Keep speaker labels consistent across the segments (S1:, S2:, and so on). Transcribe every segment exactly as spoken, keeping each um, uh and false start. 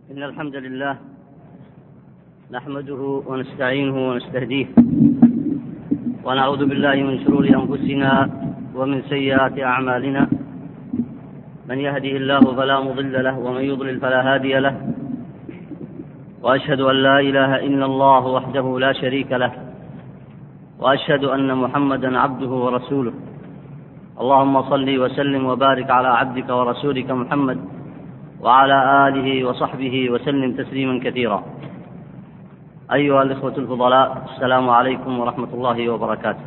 S1: إن الحمد لله نحمده ونستعينه ونستهديه ونعوذ بالله من شرور أنفسنا ومن سيئات أعمالنا. من يهده الله فلا مضل له ومن يضلل فلا هادي له، وأشهد أن لا إله إلا الله وحده لا شريك له، وأشهد أن محمدا عبده ورسوله. اللهم صل وسلم وبارك على عبدك ورسولك محمد وعلى آله وصحبه وسلم تسليما كثيرا. أيها الإخوة الفضلاء، السلام عليكم ورحمة الله وبركاته.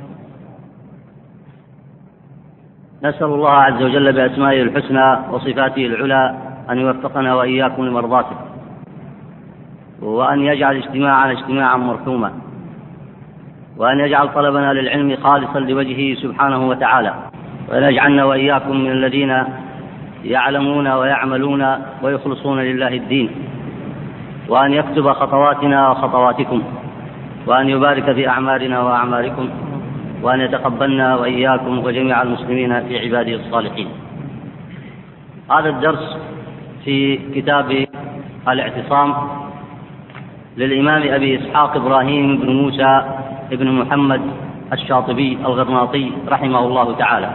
S1: نسأل الله عز وجل بأسمائه الحسنى وصفاته العلى أن يوفقنا وإياكم لمرضاته، وأن يجعل اجتماعنا اجتماعا مرحوما، وأن يجعل طلبنا للعلم خالصا لوجهه سبحانه وتعالى، وأن يجعلنا وإياكم من الذين يعلمون ويعملون ويخلصون لله الدين، وأن يكتب خطواتنا وخطواتكم، وأن يبارك في أعمالنا وأعمالكم، وأن يتقبلنا وإياكم وجميع المسلمين في عباده الصالحين. هذا الدرس في كتاب الاعتصام للإمام أبي إسحاق إبراهيم بن موسى بن محمد الشاطبي الغرناطي رحمه الله تعالى.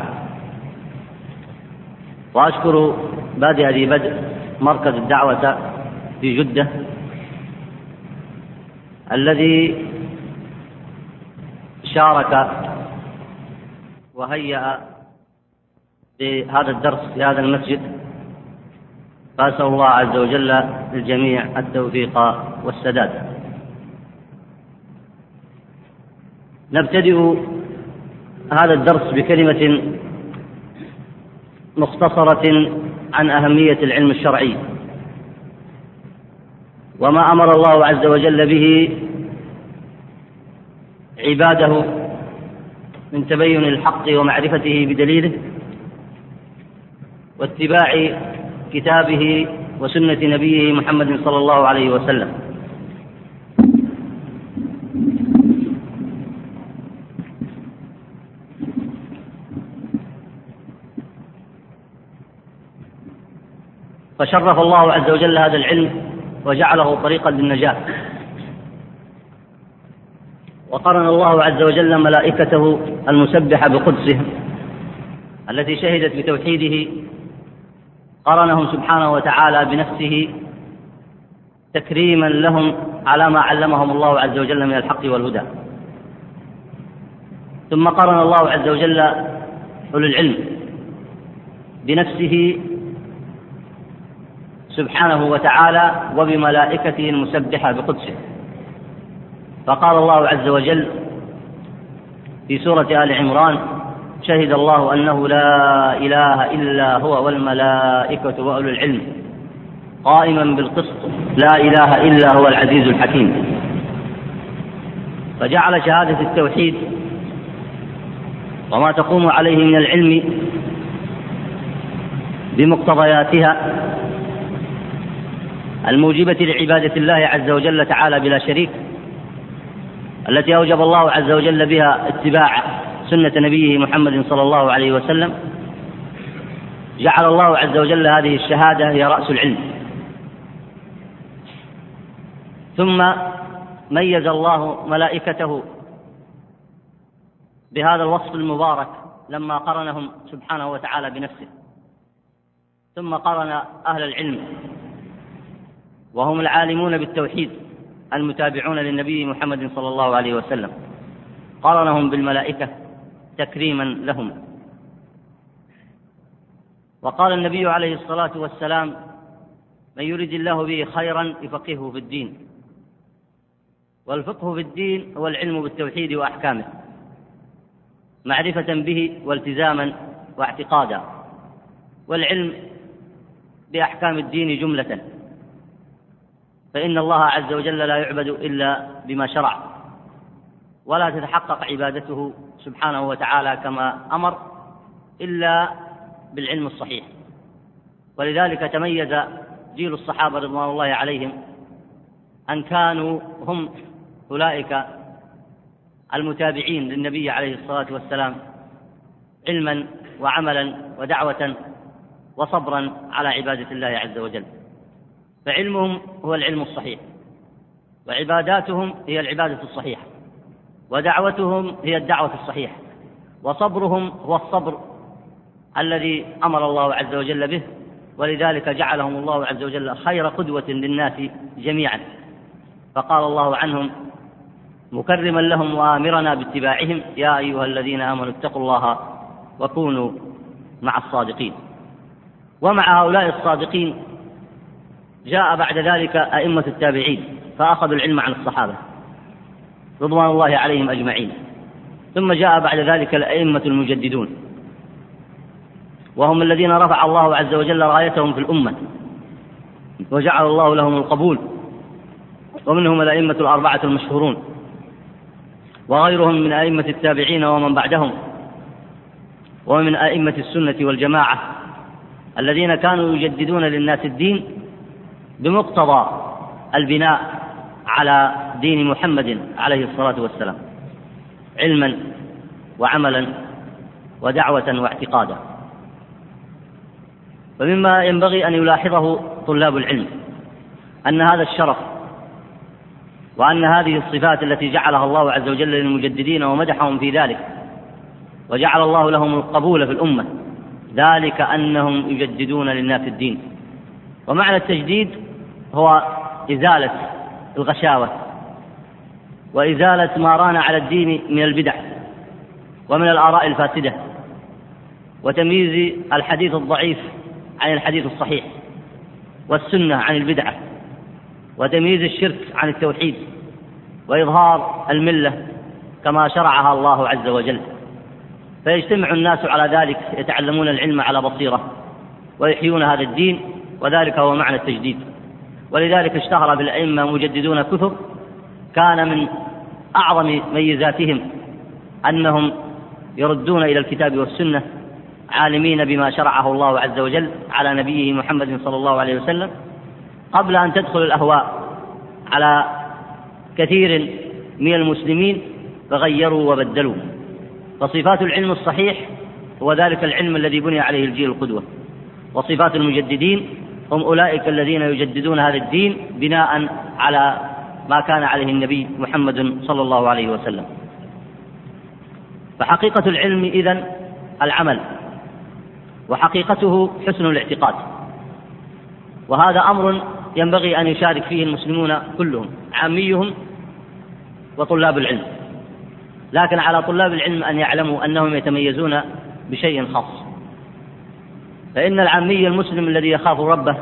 S1: وأشكر بادئ ذي بدء مركز الدعوة في جدة الذي شارك وهيأ بهذا الدرس في هذا المسجد، فأسأل الله عز وجل للجميع التوفيق والسداد. نبتدئ هذا الدرس بكلمة مختصرة عن أهمية العلم الشرعي وما أمر الله عز وجل به عباده من تبين الحق ومعرفته بدليله، واتباع كتابه وسنة نبيه محمد صلى الله عليه وسلم. فشرف الله عز وجل هذا العلم وجعله طريقا للنجاة، وقرن الله عز وجل ملائكته المسبحة بقدسه التي شهدت بتوحيده، قرنهم سبحانه وتعالى بنفسه تكريما لهم على ما علمهم الله عز وجل من الحق والهدى. ثم قرن الله عز وجل أولي العلم بنفسه سبحانه وتعالى وبملائكته المسبحة بقدسه، فقال الله عز وجل في سورة آل عمران: شهد الله أنه لا إله إلا هو والملائكة وأولو العلم قائما بالقسط لا إله إلا هو العزيز الحكيم. فجعل شهادة التوحيد وما تقوم عليه من العلم بمقتضياتها الموجبة لعبادة الله عز وجل تعالى بلا شريك، التي أوجب الله عز وجل بها اتباع سنة نبيه محمد صلى الله عليه وسلم. جعل الله عز وجل هذه الشهادة هي رأس العلم. ثم ميز الله ملائكته بهذا الوصف المبارك لما قرنهم سبحانه وتعالى بنفسه. ثم قرن أهل العلم وهم العالمون بالتوحيد المتابعون للنبي محمد صلى الله عليه وسلم، قرنهم بالملائكة تكريما لهم. وقال النبي عليه الصلاة والسلام: من يرد الله به خيرا يفقهه في الدين. والفقه في الدين هو العلم بالتوحيد وأحكامه، معرفة به والتزاما واعتقادا، والعلم بأحكام الدين جملة، فإن الله عز وجل لا يعبد إلا بما شرع، ولا تتحقق عبادته سبحانه وتعالى كما أمر إلا بالعلم الصحيح. ولذلك تميز جيل الصحابة رضوان الله عليهم أن كانوا هم أولئك المتابعين للنبي عليه الصلاة والسلام علما وعملا ودعوة وصبرا على عبادة الله عز وجل. فعلمهم هو العلم الصحيح، وعباداتهم هي العبادة الصحيحة، ودعوتهم هي الدعوة الصحيحة، وصبرهم هو الصبر الذي أمر الله عز وجل به، ولذلك جعلهم الله عز وجل خير قدوة للناس جميعا، فقال الله عنهم مكرما لهم وآمرنا باتباعهم: يا أيها الذين آمنوا اتقوا الله وكونوا مع الصادقين. ومع هؤلاء الصادقين جاء بعد ذلك أئمة التابعين فأخذوا العلم عن الصحابة رضوان الله عليهم أجمعين، ثم جاء بعد ذلك الأئمة المجددون، وهم الذين رفع الله عز وجل رايتهم في الأمة وجعل الله لهم القبول، ومنهم الأئمة الأربعة المشهورون، وغيرهم من أئمة التابعين ومن بعدهم، ومن أئمة السنة والجماعة الذين كانوا يجددون للناس الدين بمقتضى البناء على دين محمد عليه الصلاة والسلام، علما وعملا ودعوة واعتقادا. فمما ينبغي أن يلاحظه طلاب العلم أن هذا الشرف وأن هذه الصفات التي جعلها الله عز وجل للمجددين ومدحهم في ذلك وجعل الله لهم القبول في الأمة، ذلك أنهم يجددون للناس الدين. ومعنى التجديد هو إزالة الغشاوة وإزالة ما ران على الدين من البدع ومن الآراء الفاسدة، وتمييز الحديث الضعيف عن الحديث الصحيح، والسنة عن البدعة، وتمييز الشرك عن التوحيد، وإظهار الملة كما شرعها الله عز وجل. فيجتمع الناس على ذلك يتعلمون العلم على بصيرة ويحيون هذا الدين، وذلك هو معنى التجديد. ولذلك اشتهر بالأئمة مجددون كثر، كان من أعظم ميزاتهم أنهم يردون إلى الكتاب والسنة عالمين بما شرعه الله عز وجل على نبيه محمد صلى الله عليه وسلم، قبل أن تدخل الأهواء على كثير من المسلمين فغيروا وبدلوا. فصفات العلم الصحيح هو ذلك العلم الذي بني عليه الجيل القدوة، وصفات المجددين هم أولئك الذين يجددون هذا الدين بناء على ما كان عليه النبي محمد صلى الله عليه وسلم. فحقيقة العلم إذن العمل، وحقيقته حسن الاعتقاد، وهذا أمر ينبغي أن يشارك فيه المسلمون كلهم، عاميهم وطلاب العلم. لكن على طلاب العلم أن يعلموا أنهم يتميزون بشيء خاص، فإن العامي المسلم الذي يخاف ربه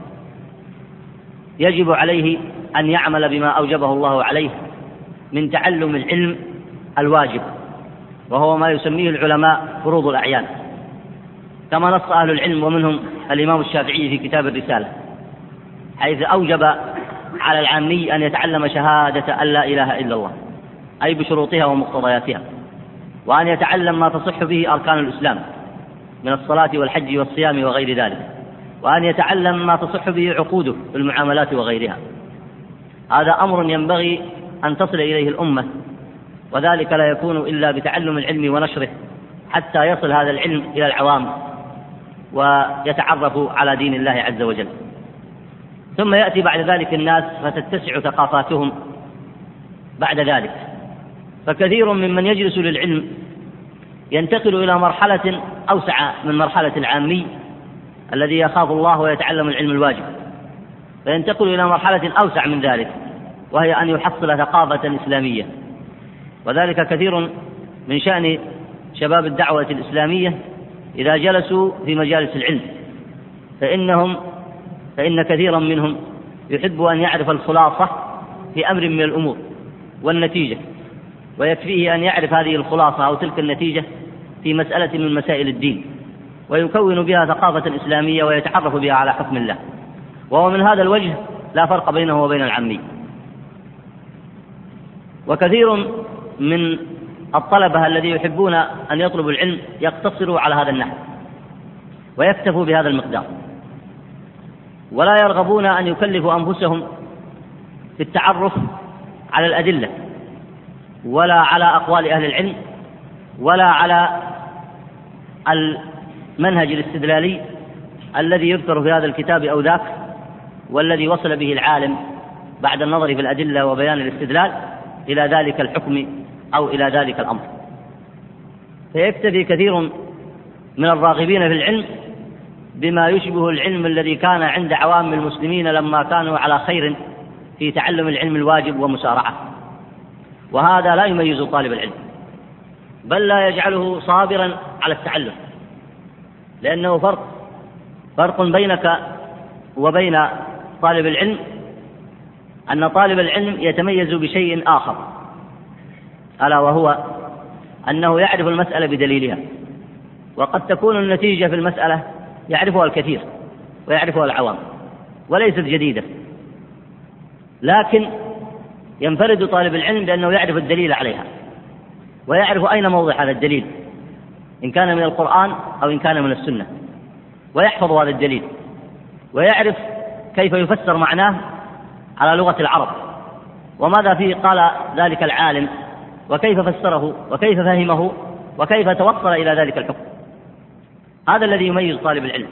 S1: يجب عليه أن يعمل بما أوجبه الله عليه من تعلم العلم الواجب، وهو ما يسميه العلماء فروض الأعيان، كما نص أهل العلم ومنهم الإمام الشافعي في كتاب الرسالة، حيث أوجب على العامي أن يتعلم شهادة أن لا إله إلا الله، أي بشروطها ومقتضياتها، وأن يتعلم ما تصح به أركان الإسلام من الصلاة والحج والصيام وغير ذلك، وأن يتعلم ما تصح به عقوده في المعاملات وغيرها. هذا أمر ينبغي أن تصل إليه الأمة، وذلك لا يكون إلا بتعلم العلم ونشره حتى يصل هذا العلم إلى العوام ويتعرفوا على دين الله عز وجل. ثم يأتي بعد ذلك الناس فتتسع ثقافاتهم بعد ذلك، فكثير ممن يجلس للعلم ينتقل إلى مرحلة أوسع من مرحلة العامي الذي يخاف الله ويتعلم العلم الواجب، فينتقل إلى مرحلة أوسع من ذلك، وهي أن يحصل ثقافة إسلامية. وذلك كثير من شأن شباب الدعوة الإسلامية إذا جلسوا في مجالس العلم، فإنهم فإن كثيرا منهم يحب أن يعرف الخلاصة في أمر من الأمور والنتيجة، ويكفيه أن يعرف هذه الخلاصة أو تلك النتيجة في مسألة من مسائل الدين، ويكون بها ثقافة إسلامية ويتعرف بها على حكم الله. وهو من هذا الوجه لا فرق بينه وبين العامي. وكثير من الطلبة الذي يحبون أن يطلبوا العلم يقتصروا على هذا النحو ويكتفوا بهذا المقدار، ولا يرغبون أن يكلفوا أنفسهم في التعرف على الأدلة ولا على أقوال أهل العلم ولا على المنهج الاستدلالي الذي يذكر في هذا الكتاب أو ذاك، والذي وصل به العالم بعد النظر في الأدلة وبيان الاستدلال إلى ذلك الحكم أو إلى ذلك الأمر. فيكتفي كثير من الراغبين في العلم بما يشبه العلم الذي كان عند عوام المسلمين لما كانوا على خير في تعلم العلم الواجب ومسارعة، وهذا لا يميز طالب العلم، بل لا يجعله صابرا على التعلم، لأنه فرق فرق بينك وبين طالب العلم، أن طالب العلم يتميز بشيء آخر، ألا وهو أنه يعرف المسألة بدليلها، وقد تكون النتيجة في المسألة يعرفها الكثير ويعرفها العوام وليست جديدة، لكن ينفرد طالب العلم بأنه يعرف الدليل عليها، ويعرف أين موضع هذا الدليل إن كان من القرآن أو إن كان من السنة، ويحفظ هذا الدليل، ويعرف كيف يفسر معناه على لغة العرب، وماذا فيه قال ذلك العالم، وكيف فسره وكيف فهمه وكيف توصل إلى ذلك الحكم. هذا الذي يميز طالب العلم،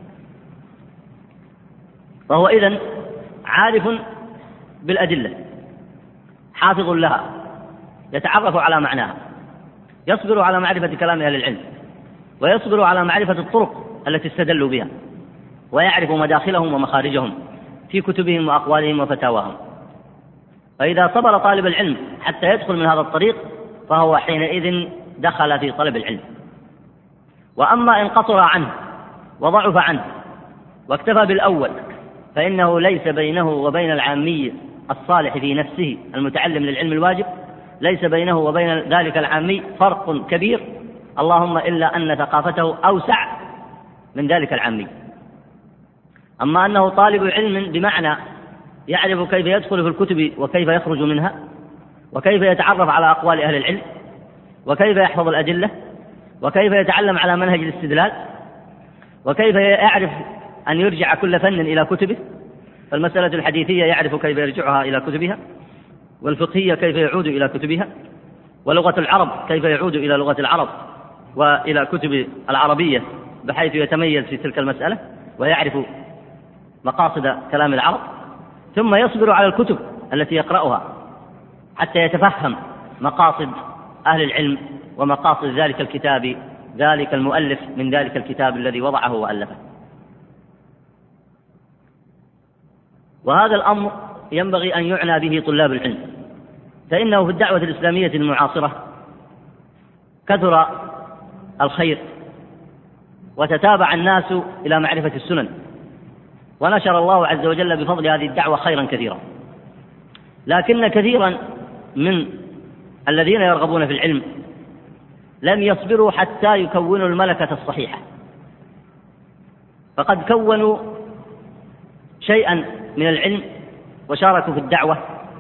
S1: فهو إذن عارف بالأدلة، حافظ لها، يتعرف على معناها، يصبر على معرفة كلام أهل العلم، ويصبر على معرفة الطرق التي استدلوا بها، ويعرف مداخلهم ومخارجهم في كتبهم وأقوالهم وفتاواهم. فإذا صبر طالب العلم حتى يدخل من هذا الطريق فهو حينئذ دخل في طلب العلم. وأما إن قصر عنه وضعف عنه واكتفى بالأول فإنه ليس بينه وبين العامي الصالح في نفسه المتعلم للعلم الواجب، ليس بينه وبين ذلك العامي فرق كبير، اللهم إلا أن ثقافته أوسع من ذلك العامي. أما أنه طالب علم بمعنى يعرف كيف يدخل في الكتب وكيف يخرج منها، وكيف يتعرف على أقوال أهل العلم، وكيف يحفظ الأدلة، وكيف يتعلم على منهج الاستدلال، وكيف يعرف أن يرجع كل فن إلى كتبه، فالمسألة الحديثية يعرف كيف يرجعها إلى كتبها، والفقهية كيف يعود إلى كتبها، ولغة العرب كيف يعود إلى لغة العرب وإلى كتب العربية بحيث يتميز في تلك المسألة ويعرف مقاصد كلام العرب، ثم يصبر على الكتب التي يقرأها حتى يتفهم مقاصد أهل العلم ومقاصد ذلك الكتاب، ذلك المؤلف من ذلك الكتاب الذي وضعه وألفه. وهذا الأمر ينبغي أن يعنى به طلاب العلم، فإنه في الدعوة الإسلامية المعاصرة كثر الخير وتتابع الناس إلى معرفة السنن، ونشر الله عز وجل بفضل هذه الدعوة خيرا كثيرا، لكن كثيرا من الذين يرغبون في العلم لم يصبروا حتى يكونوا الملكة الصحيحة، فقد كونوا شيئا من العلم وشاركوا في الدعوة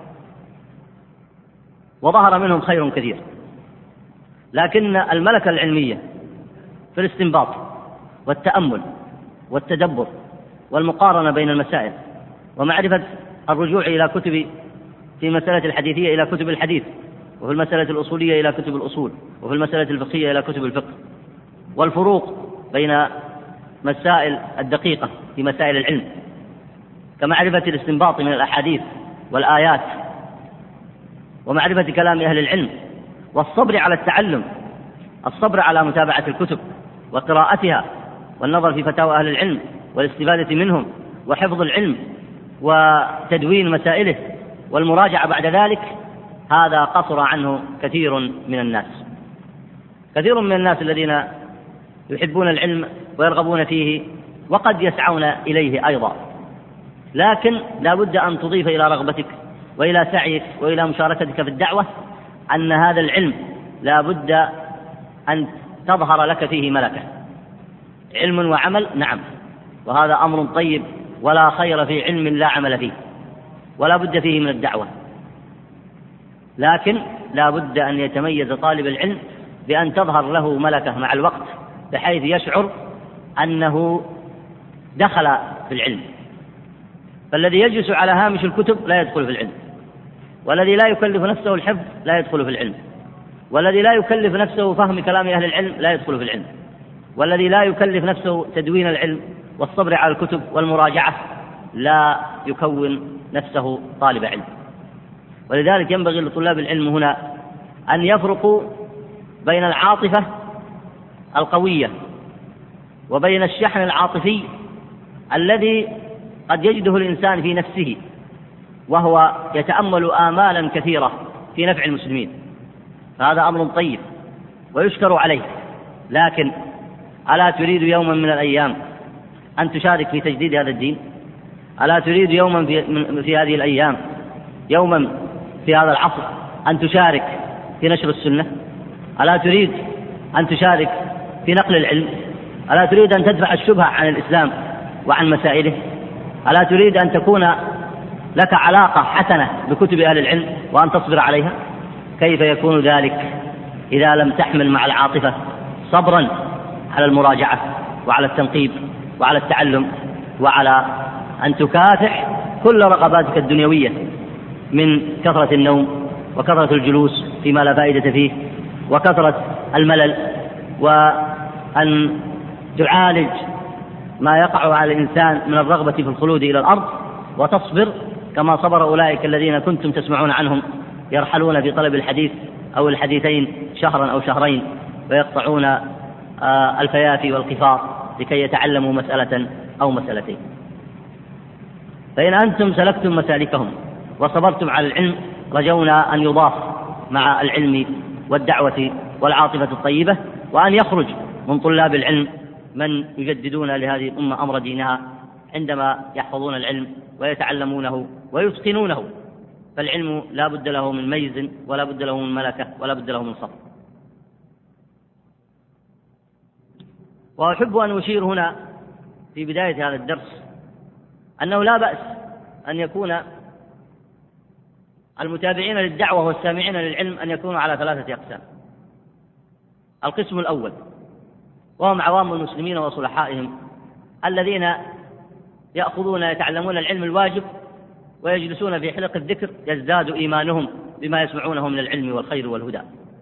S1: وظهر منهم خير كثير، لكن الملكة العلمية في الاستنباط والتأمل والتدبر والمقارنة بين المسائل ومعرفة الرجوع إلى كتب في مسألة الحديثية إلى كتب الحديث، وفي المسألة الأصولية إلى كتب الأصول، وفي المسألة الفقهية إلى كتب الفقه، والفروق بين مسائل الدقيقة في مسائل العلم كمعرفة الاستنباط من الأحاديث والآيات، ومعرفة كلام أهل العلم، والصبر على التعلم، الصبر على متابعة الكتب وقراءتها والنظر في فتاوى أهل العلم والاستفادة منهم وحفظ العلم وتدوين مسائله والمراجعة بعد ذلك. هذا قصر عنه كثير من الناس. كثير من الناس الذين يحبون العلم ويرغبون فيه وقد يسعون إليه أيضا، لكن لا بد أن تضيف إلى رغبتك وإلى سعيك وإلى مشاركتك في الدعوة أن هذا العلم لا بد أن تظهر لك فيه ملكة، علم وعمل، نعم، وهذا أمر طيب، ولا خير في علم لا عمل فيه، ولا بد فيه من الدعوة، لكن لا بد أن يتميز طالب العلم بأن تظهر له ملكة مع الوقت بحيث يشعر أنه دخل في العلم. فالذي يجلس على هامش الكتب لا يدخل في العلم، والذي لا يكلف نفسه الحفظ لا يدخل في العلم، والذي لا يكلف نفسه فهم كلام أهل العلم لا يدخل في العلم، والذي لا يكلف نفسه تدوين العلم والصبر على الكتب والمراجعة لا يكون نفسه طالب علم. ولذلك ينبغي لطلاب العلم هنا أن يفرقوا بين العاطفة القوية وبين الشحن العاطفي الذي قد يجده الإنسان في نفسه وهو يتأمل آمالا كثيرة في نفع المسلمين، فهذا أمر طيب ويشكر عليه، لكن ألا تريد يوما من الأيام أن تشارك في تجديد هذا الدين؟ ألا تريد يوما في, في هذه الأيام، يوما في هذا العصر، أن تشارك في نشر السنة؟ ألا تريد أن تشارك في نقل العلم؟ ألا تريد أن تدفع الشبهة عن الإسلام وعن مسائله؟ ألا تريد أن تكون لك علاقة حسنة بكتب أهل العلم وأن تصبر عليها؟ كيف يكون ذلك إذا لم تحمل مع العاطفة صبرا على المراجعة وعلى التنقيب وعلى التعلم وعلى أن تكافح كل رغباتك الدنيوية من كثرة النوم وكثرة الجلوس فيما لا فائدة فيه وكثرة الملل، وأن تعالج ما يقع على الإنسان من الرغبة في الخلود إلى الأرض، وتصبر كما صبر أولئك الذين كنتم تسمعون عنهم يرحلون في طلب الحديث أو الحديثين شهرا أو شهرين ويقطعون الفيافي والقفار لكي يتعلموا مسألة أو مسألتين. فإن أنتم سلكتم مسالكهم وصبرتم على العلم رجونا أن يضاف مع العلم والدعوة والعاطفة الطيبة، وأن يخرج من طلاب العلم من يجددون لهذه الأمة أمر دينها عندما يحفظون العلم ويتعلمونه ويتقنونه، فالعلم لا بد له من ميز ولا بد له من ملكة ولا بد له من صبر. وأحب أن أشير هنا في بداية هذا الدرس أنه لا بأس أن يكون المتابعين للدعوة والسامعين للعلم أن يكونوا على ثلاثة أقسام. القسم الأول وهم عوام المسلمين وصلحائهم الذين يأخذون يتعلمون العلم الواجب ويجلسون في حلق الذكر يزداد إيمانهم بما يسمعونه من العلم والخير والهدى.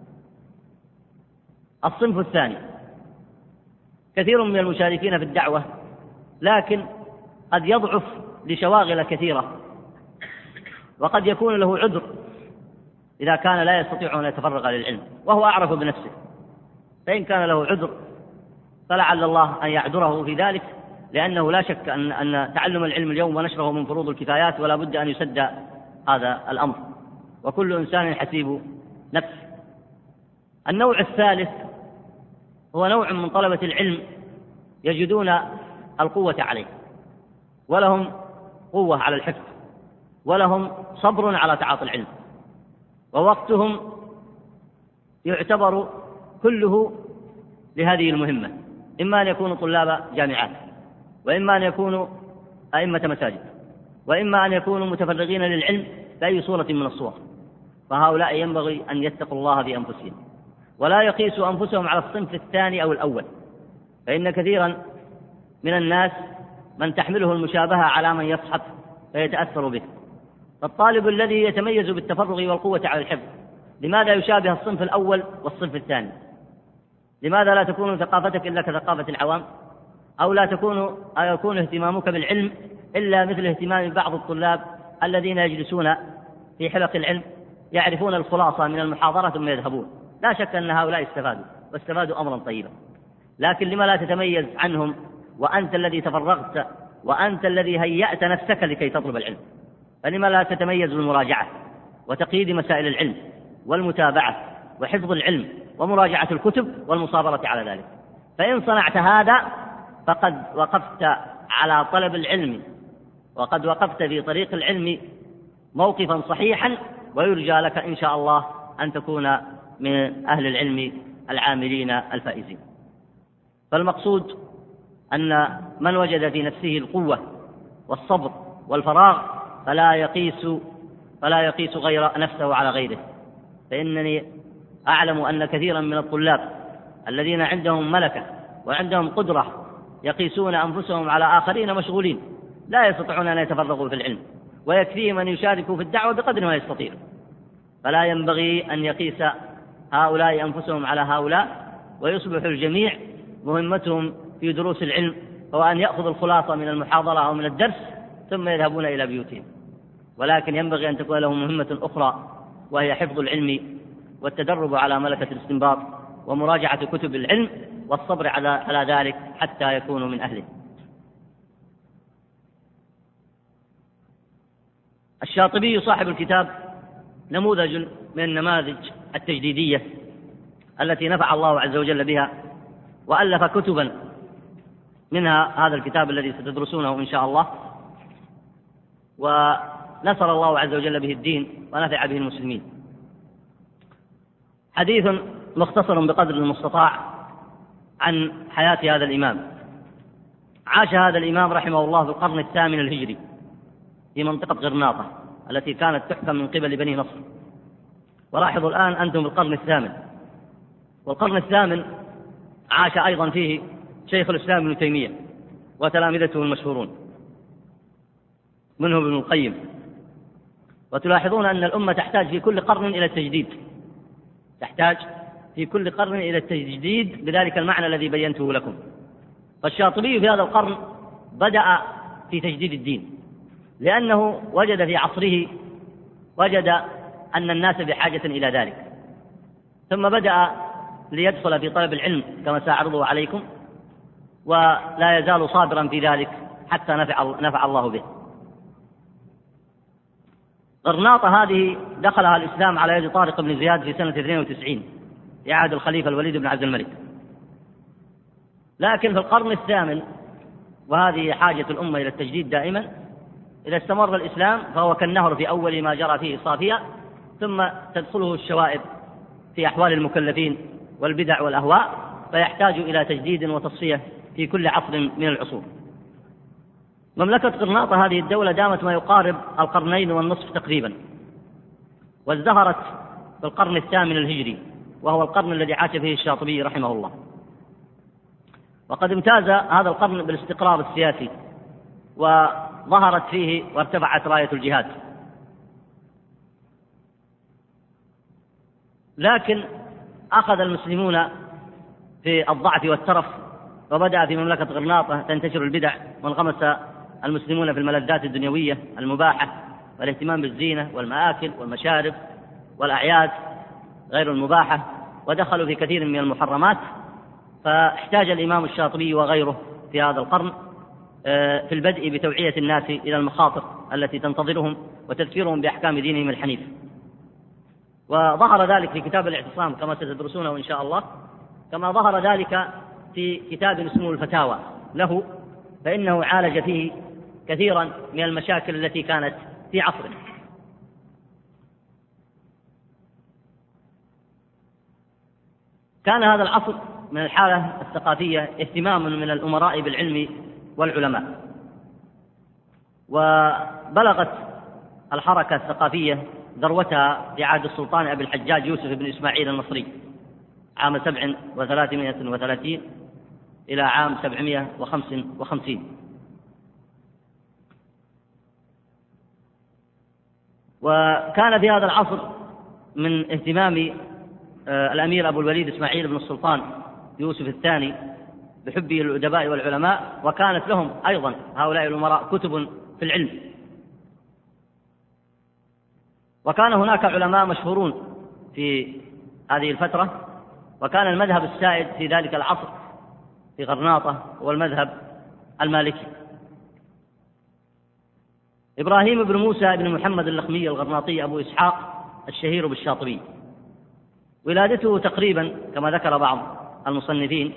S1: الصنف الثاني كثير من المشاركين في الدعوة لكن قد يضعف لشواغل كثيرة، وقد يكون له عذر إذا كان لا يستطيع أن يتفرغ للعلم وهو أعرف بنفسه، فإن كان له عذر فلعل الله أن يعذره في ذلك، لأنه لا شك أن, أن تعلم العلم اليوم ونشره من فروض الكفايات ولا بد أن يسد هذا الأمر، وكل إنسان حسيب نفسه. النوع الثالث هو نوع من طلبة العلم يجدون القوة عليه ولهم قوة على الحفظ ولهم صبر على تعاطي العلم، ووقتهم يعتبر كله لهذه المهمة، إما أن يكونوا طلاب جامعات، وإما أن يكونوا أئمة مساجد، وإما أن يكونوا متفرغين للعلم بأي صورة من الصور. فهؤلاء ينبغي أن يتقوا الله بأنفسهم ولا يقيسوا أنفسهم على الصنف الثاني أو الأول، فإن كثيرا من الناس من تحمله المشابهة على من يصحب فيتأثر به. فالطالب الذي يتميز بالتفرغ والقوة على الحفظ لماذا يشابه الصنف الأول والصنف الثاني؟ لماذا لا تكون ثقافتك إلا كثقافة العوام؟ أو لا تكون أو يكون اهتمامك بالعلم إلا مثل اهتمام بعض الطلاب الذين يجلسون في حلق العلم يعرفون الخلاصة من المحاضرة ثم يذهبون؟ لا شك أن هؤلاء استفادوا واستفادوا أمرا طيبا، لكن لما لا تتميز عنهم وأنت الذي تفرغت وأنت الذي هيأت نفسك لكي تطلب العلم؟ فلما لا تتميز بالمراجعة وتقييد مسائل العلم والمتابعة وحفظ العلم ومراجعة الكتب والمصابرة على ذلك؟ فإن صنعت هذا فقد وقفت على طلب العلم وقد وقفت في طريق العلم موقفا صحيحا، ويرجى لك إن شاء الله أن تكون من أهل العلم العاملين الفائزين. فالمقصود أن من وجد في نفسه القوة والصبر والفراغ فلا يقيس فلا يقيس غير نفسه على غيره، فإنني أعلم أن كثيرا من الطلاب الذين عندهم ملكة وعندهم قدرة يقيسون أنفسهم على آخرين مشغولين لا يستطيعون أن يتفرغوا في العلم، ويكفيهم أن يشاركوا في الدعوة بقدر ما يستطيع. فلا ينبغي أن يقيس هؤلاء أنفسهم على هؤلاء، ويصبح الجميع مهمتهم في دروس العلم هو أن يأخذ الخلاصة من المحاضرة أو من الدرس ثم يذهبون إلى بيوتهم، ولكن ينبغي أن تكون لهم مهمة أخرى، وهي حفظ العلم والتدرب على ملكة الاستنباط ومراجعة كتب العلم والصبر على على ذلك حتى يكونوا من أهله. الشاطبي صاحب الكتاب نموذج من النماذج التجديدية التي نفع الله عز وجل بها، وألف كتبا منها هذا الكتاب الذي ستدرسونه إن شاء الله، ونصر الله عز وجل به الدين ونفع به المسلمين. حديث مختصر بقدر المستطاع عن حياة هذا الإمام. عاش هذا الإمام رحمه الله في القرن الثامن الهجري في منطقة غرناطة التي كانت تحكم من قبل بني نصر. ولاحظوا الآن أنتم في القرن الثامن، والقرن الثامن عاش أيضا فيه شيخ الإسلام ابن تيمية وتلامذته المشهورون منهم ابن القيم. وتلاحظون أن الأمة تحتاج في كل قرن إلى التجديد، تحتاج في كل قرن إلى التجديد بذلك المعنى الذي بينته لكم. فالشاطبي في هذا القرن بدأ في تجديد الدين، لأنه وجد في عصره وجد أن الناس بحاجة إلى ذلك، ثم بدأ ليدخل في طلب العلم كما سأعرضه عليكم، ولا يزال صابرا في ذلك حتى نفع, نفع الله به. غرناطة هذه دخلها الإسلام على يد طارق بن زياد في سنة اثنين وتسعين في عهد الخليفة الوليد بن عبد الملك. لكن في القرن الثامن، وهذه حاجة الأمة إلى التجديد دائما، إذا استمر الإسلام فهو كالنهر في أول ما جرى فيه صافيا، ثم تدخله الشوائب في أحوال المكلفين والبدع والأهواء، فيحتاج إلى تجديد وتصفية في كل عصر من العصور. مملكة غرناطة هذه الدولة دامت ما يقارب القرنين والنصف تقريبا، وازدهرت في القرن الثامن الهجري، وهو القرن الذي عاش فيه الشاطبي رحمه الله. وقد امتاز هذا القرن بالاستقرار السياسي، وظهرت فيه وارتفعت راية الجهاد. لكن أخذ المسلمون في الضعف والترف، وبدأ في مملكة غرناطة تنتشر البدع، وانغمس المسلمون في الملذات الدنيوية المباحة والاهتمام بالزينة والمآكل والمشارب والأعياد غير المباحة، ودخلوا في كثير من المحرمات. فاحتاج الإمام الشاطبي وغيره في هذا القرن في البدء بتوعية الناس إلى المخاطر التي تنتظرهم وتذكيرهم بأحكام دينهم الحنيف. وظهر ذلك في كتاب الاعتصام كما ستدرسونه إن شاء الله، كما ظهر ذلك في كتاب اسمه الفتاوى له، فإنه عالج فيه كثيرا من المشاكل التي كانت في عصره. كان هذا العصر من الحالة الثقافية اهتمام من الأمراء بالعلم والعلماء، وبلغت الحركة الثقافية ذروتها في عهد السلطان أبي الحجاج يوسف بن إسماعيل النصري عام سبع وثلاثمائة وثلاثين إلى عام سبعمائة وخمس وخمسين. وكان في هذا العصر من اهتمام الأمير أبو الوليد إسماعيل بن السلطان يوسف الثاني بحبه للأدباء والعلماء، وكانت لهم أيضا هؤلاء الأمراء كتب في العلم. وكان هناك علماء مشهورون في هذه الفترة، وكان المذهب السائد في ذلك العصر في غرناطة هو المذهب المالكي. إبراهيم بن موسى بن محمد اللخمي الغرناطي أبو إسحاق الشهير بالشاطبي، ولادته تقريبا كما ذكر بعض المصنفين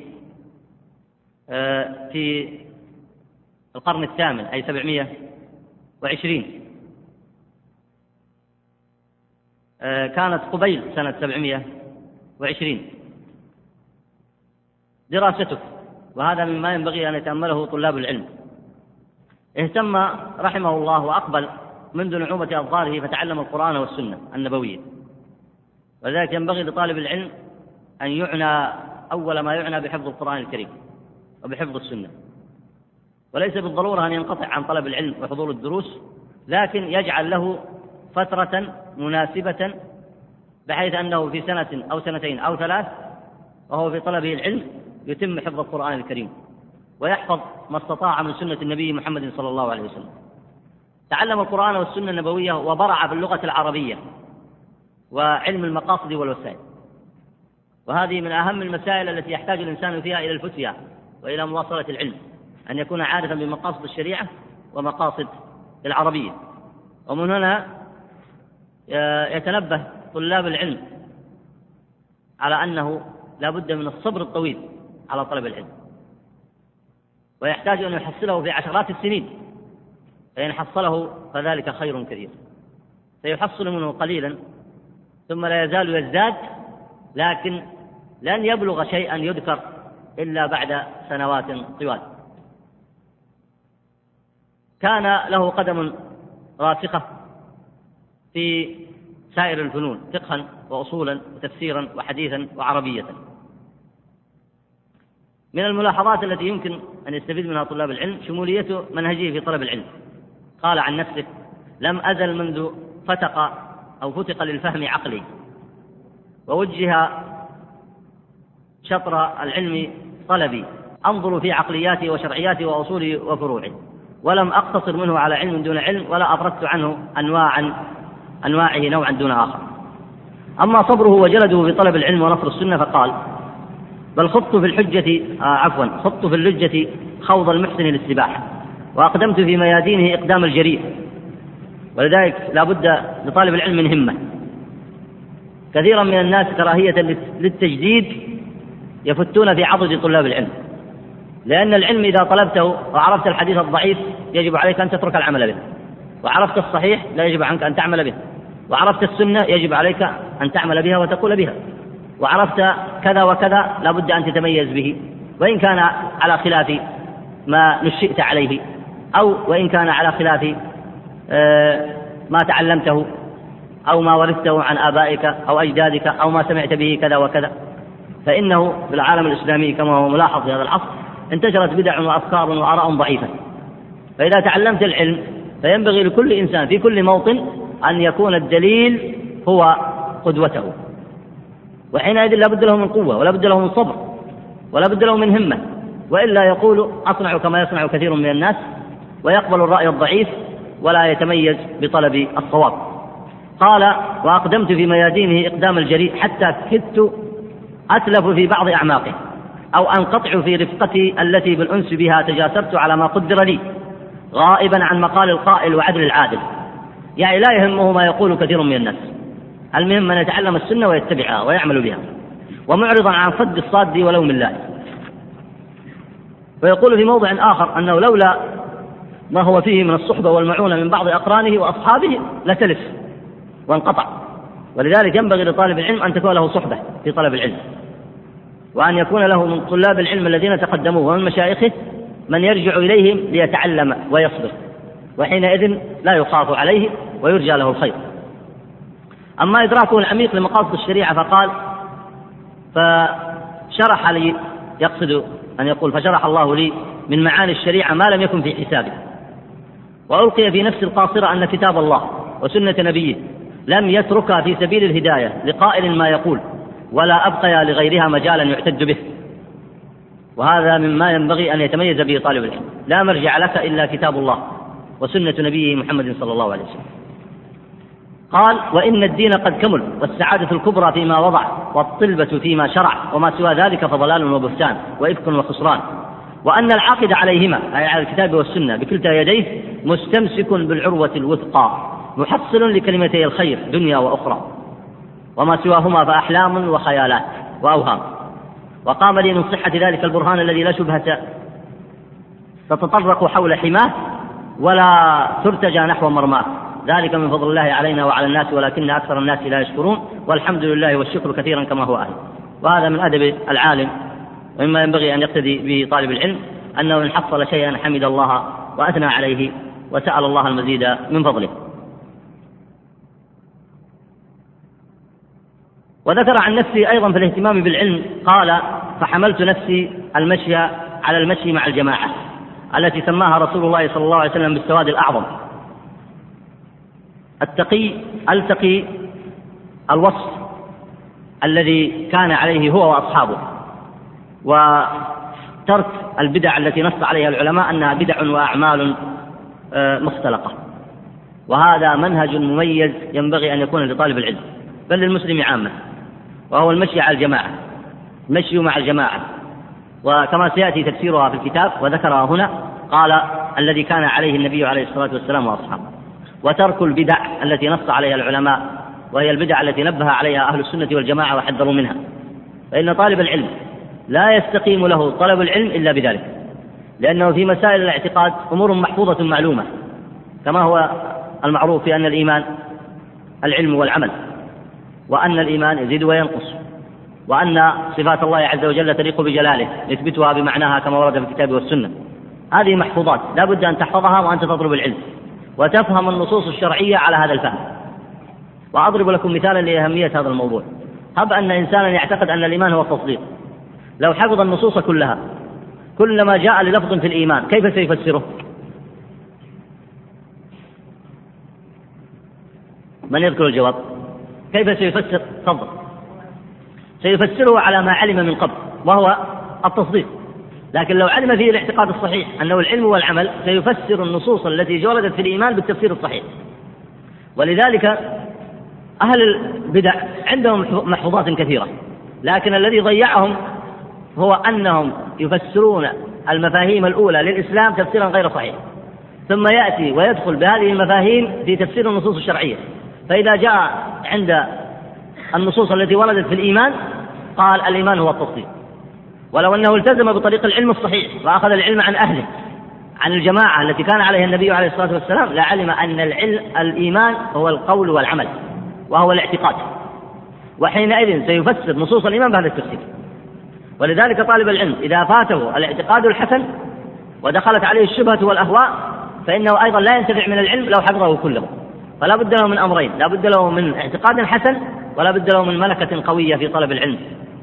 S1: في القرن الثامن أي سبعمائة وعشرين، كانت قبيل سنة سبعمائة وعشرين. دراسته، وهذا مما ينبغي أن يتأمله طلاب العلم، اهتم رحمه الله وأقبل منذ نعومة أظفاره فتعلم القرآن والسنة النبوية. ولذلك ينبغي لطالب العلم أن يعنى أول ما يعنى بحفظ القرآن الكريم وبحفظ السنة، وليس بالضرورة أن ينقطع عن طلب العلم وحضور الدروس، لكن يجعل له فترة مناسبة بحيث أنه في سنة أو سنتين أو ثلاث وهو في طلبه العلم يتم حفظ القرآن الكريم ويحفظ ما استطاع من سنة النبي محمد صلى الله عليه وسلم. تعلم القرآن والسنة النبوية وبرع باللغة العربية وعلم المقاصد والوسائل، وهذه من أهم المسائل التي يحتاج الإنسان فيها إلى الفتية وإلى مواصلة العلم، أن يكون عارفا بمقاصد الشريعة ومقاصد العربية. ومن هنا يتنبه طلاب العلم على أنه لا بد من الصبر الطويل على طلب العلم، ويحتاج أن يحصله في عشرات السنين، فإن حصله فذلك خير كثير، سيحصل منه قليلا ثم لا يزال يزداد، لكن لن يبلغ شيئا يذكر إلا بعد سنوات طوال. كان له قدم راسخة في سائر الفنون فقها وأصولا وتفسيرا وحديثا وعربية. من الملاحظات التي يمكن أن يستفيد منها طلاب العلم شمولية منهجه في طلب العلم. قال عن نفسه: لم أزل منذ فتق أو فتق للفهم عقلي ووجه شطر العلم طلبي، أنظر في عقلياته وشرعياته وأصوله وفروعه، ولم أقتصر منه على علم دون علم، ولا أفردت عنه أنواعا أنواعه نوعا دون آخر. أما صبره وجلده في طلب العلم ونصر السنة فقال: بل خضت في الحجة آه عفوا خضت في اللجة خوض المحسن للسباحة، وأقدمت في ميادينه إقدام الجريء. ولذلك لا بد لطالب العلم من همة. كثيرا من الناس كراهية للتجديد يفتون في عضد طلاب العلم، لأن العلم إذا طلبته وعرفت الحديث الضعيف يجب عليك أن تترك العمل به، وعرفت الصحيح لا يجب عنك أن تعمل به، وعرفت السنة يجب عليك أن تعمل بها وتقول بها، وعرفت كذا وكذا لا بد أن تتميز به، وإن كان على خلاف ما نشئت عليه، أو وإن كان على خلاف ما تعلمته أو ما ورثته عن آبائك أو أجدادك أو ما سمعت به كذا وكذا. فإنه في العالم الإسلامي كما هو ملاحظ في هذا العصر انتشرت بدع وأفكار وآراء ضعيفة، فإذا تعلمت العلم فينبغي لكل إنسان في كل موطن أن يكون الدليل هو قدوته، وحينئذ لا بد له من قوة ولا بد له من صبر ولا بد له من همة، وإلا يقول أصنع كما يصنع كثير من الناس، ويقبل الرأي الضعيف ولا يتميز بطلب الصواب. قال: وأقدمت في ميادينه إقدام الجريء حتى كدت أتلف في بعض أعماقه، أو أنقطع في رفقتي التي بالأنس بها تجاسرت على ما قدر لي، غائبا عن مقال القائل وعدل العادل. يعني لا يهمه ما يقول كثير من الناس، المهم أن يتعلم السنة ويتبعها ويعمل بها، ومعرضا عن صد الصاد ولوم الله. ويقول في موضع آخر أنه لولا ما هو فيه من الصحبة والمعونة من بعض أقرانه وأصحابه لتلف وانقطع. ولذلك ينبغي لطالب العلم أن تكون له صحبة في طلب العلم، وأن يكون له من طلاب العلم الذين تقدموه ومن مشايخه من يرجع إليهم ليتعلم ويصبر، وحينئذ لا يخاف عليه ويرجى له الخير. أما إدراكه العميق لمقاصد الشريعة فقال: فشرح لي، يقصد أن يقول فشرح الله لي من معاني الشريعة ما لم يكن في حسابه، وألقي في نفس القاصرة أن كتاب الله وسنة نبيه لم يتركها في سبيل الهداية لقائل ما يقول، ولا أبقي لغيرها مجالا يعتد به. وهذا مما ينبغي أن يتميز به طالب العلم، لا مرجع لك إلا كتاب الله وسنة نبيه محمد صلى الله عليه وسلم. قال: وإن الدين قد كمل، والسعادة الكبرى فيما وضع، والطلبة فيما شرع، وما سوى ذلك فضلال وبهتان وإفك وخسران، وأن العاقد عليهما أي على الكتاب والسنة بكلتا يديه مستمسك بالعروة الوثقى محصل لكلمتي الخير دنيا وأخرى، وما سواهما فأحلام وخيالات وأوهام. وقام لي من صحة ذلك البرهان الذي لا شبهة تتطرق حول حماه ولا ترتجى نحو مرماه، ذلك من فضل الله علينا وعلى الناس ولكن أكثر الناس لا يشكرون، والحمد لله والشكر كثيرا كما هو أهل. وهذا من أدب العالم، ومما ينبغي أن يقتدي بطالب العلم أنه إن حصل شيئا حمد الله وأثنى عليه وسأل الله المزيد من فضله. وذكر عن نفسه أيضا في الاهتمام بالعلم قال: فحملت نفسي المشي على المشي مع الجماعة التي سماها رسول الله صلى الله عليه وسلم بالسواد الأعظم. التقي التقي الوصف الذي كان عليه هو وأصحابه، وترك البدع التي نص عليها العلماء أنها بدع وأعمال مختلقة. وهذا منهج مميز ينبغي أن يكون لطالب العلم بل للمسلم عامة، وهو المشي على الجماعة، المشي مع الجماعة، وكما سيأتي تفسيرها في الكتاب وذكرها هنا، قال الذي كان عليه النبي عليه الصلاة والسلام وأصحابه، وترك البدع التي نص عليها العلماء، وهي البدع التي نبه عليها أهل السنة والجماعة وحذروا منها. فإن طالب العلم لا يستقيم له طلب العلم إلا بذلك، لأنه في مسائل الاعتقاد أمور محفوظة معلومة، كما هو المعروف في أن الإيمان العلم والعمل، وأن الإيمان يزيد وينقص، وأن صفات الله عز وجل تليق بجلاله نثبتها بمعناها كما ورد في الكتاب والسنة. هذه محفوظات لا بد أن تحفظها وأنت تطلب العلم، وتفهم النصوص الشرعية على هذا الفهم. وأضرب لكم مثالا لأهمية هذا الموضوع. هب أن إنسانا يعتقد أن الإيمان هو التصديق، لو حفظ النصوص كلها كلما جاء للفظ في الإيمان كيف سيفسره؟ من يذكر الجواب؟ كيف سيفسر؟ تفضل. سيفسره على ما علم من قبل وهو التصديق، لكن لو علم فيه الاعتقاد الصحيح أنه العلم والعمل سيفسر النصوص التي وردت في الإيمان بالتفسير الصحيح. ولذلك أهل البدع عندهم محفوظات كثيرة، لكن الذي ضيعهم هو أنهم يفسرون المفاهيم الأولى للإسلام تفسيرا غير صحيح، ثم يأتي ويدخل بهذه المفاهيم في تفسير النصوص الشرعية. فإذا جاء عند النصوص التي وردت في الإيمان قال الإيمان هو التصديق، ولو أنه التزم بطريق العلم الصحيح وأخذ العلم عن أهله عن الجماعة التي كان عليها النبي عليه الصلاة والسلام لعلم أن العلم الإيمان هو القول والعمل وهو الاعتقاد، وحينئذ سيفسر نصوص الإيمان بهذا التفسير. ولذلك طالب العلم إذا فاته الاعتقاد الحسن ودخلت عليه الشبهة والأهواء فإنه أيضا لا ينتفع من العلم لو حفظه كله. فلا بد له من أمرين: لا بد له من اعتقاد حسن، ولا بد له من ملكة قوية في طلب العلم.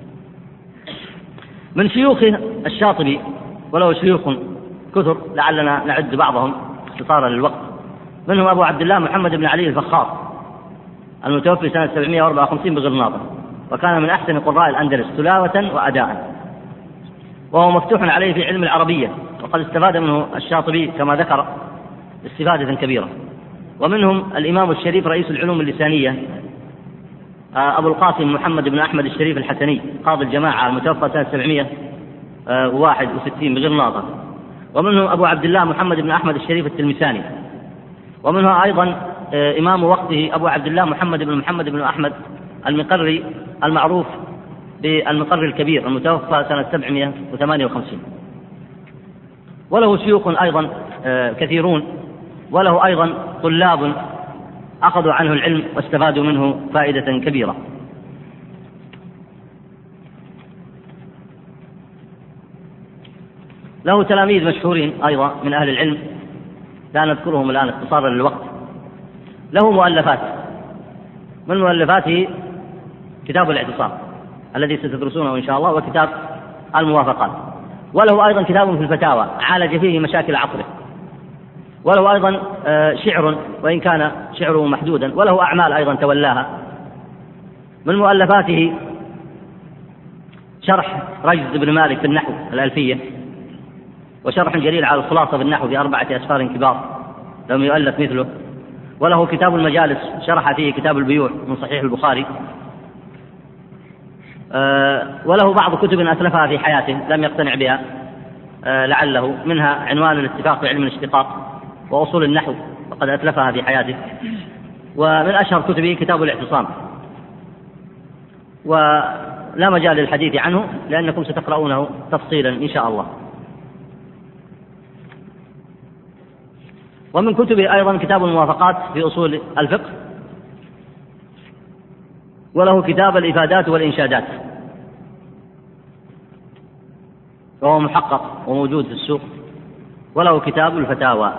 S1: من شيوخ الشاطبي، وله شيوخ كثر لعلنا نعد بعضهم اختصارا للوقت، منهم أبو عبد الله محمد بن علي الفخار المتوفي سنة سبعمائة وأربعة وخمسين بغرناطة، وكان من أحسن قراء الأندلس تلاوة وأداء، وهو مفتوح عليه في علم العربية، وقد استفاد منه الشاطبي كما ذكر استفادة كبيرة. ومنهم الإمام الشريف رئيس العلوم اللسانية أبو القاسم محمد بن أحمد الشريف الحسني قاضي الجماعة المتوفى سنة سبعمائة وواحد وستين بغرناطة. ومنهم أبو عبد الله محمد بن أحمد الشريف التلمساني. ومنه أيضا إمام وقته أبو عبد الله محمد بن محمد بن أحمد المقري المعروف بالمقري الكبير المتوفى سنة سبعمائة وثمانية وخمسين. وله شيوخ أيضا كثيرون، وله أيضا طلاب أخذوا عنه العلم واستفادوا منه فائدة كبيرة. له تلاميذ مشهورين أيضا من أهل العلم لا نذكرهم الآن اختصارا للوقت. له مؤلفات، من مؤلفاته كتاب الاعتصام الذي ستدرسونه إن شاء الله، وكتاب الموافقات. وله أيضا كتاب في الفتاوى عالج فيه مشاكل عصره. وله أيضا شعر وإن كان شعره محدودا، وله أعمال أيضا تولاها. من مؤلفاته شرح رجز بن مالك في النحو الألفية، وشرح جليل على الخلاصة في النحو في أربعة أسفار كبار لم يؤلف مثله. وله كتاب المجالس شرح فيه كتاب البيوع من صحيح البخاري. وله بعض كتب أسلفها في حياته لم يقتنع بها لعله، منها عنوان الاتفاق في علم الاشتقاق وأصول النحو وقد أتلفها في حياته. ومن أشهر كتبه كتاب الاعتصام، ولا مجال للحديث عنه لأنكم ستقرؤونه تفصيلا إن شاء الله. ومن كتبه أيضا كتاب الموافقات في أصول الفقه، وله كتاب الإفادات والإنشادات وهو محقق وموجود في السوق. وله كتاب الفتاوى.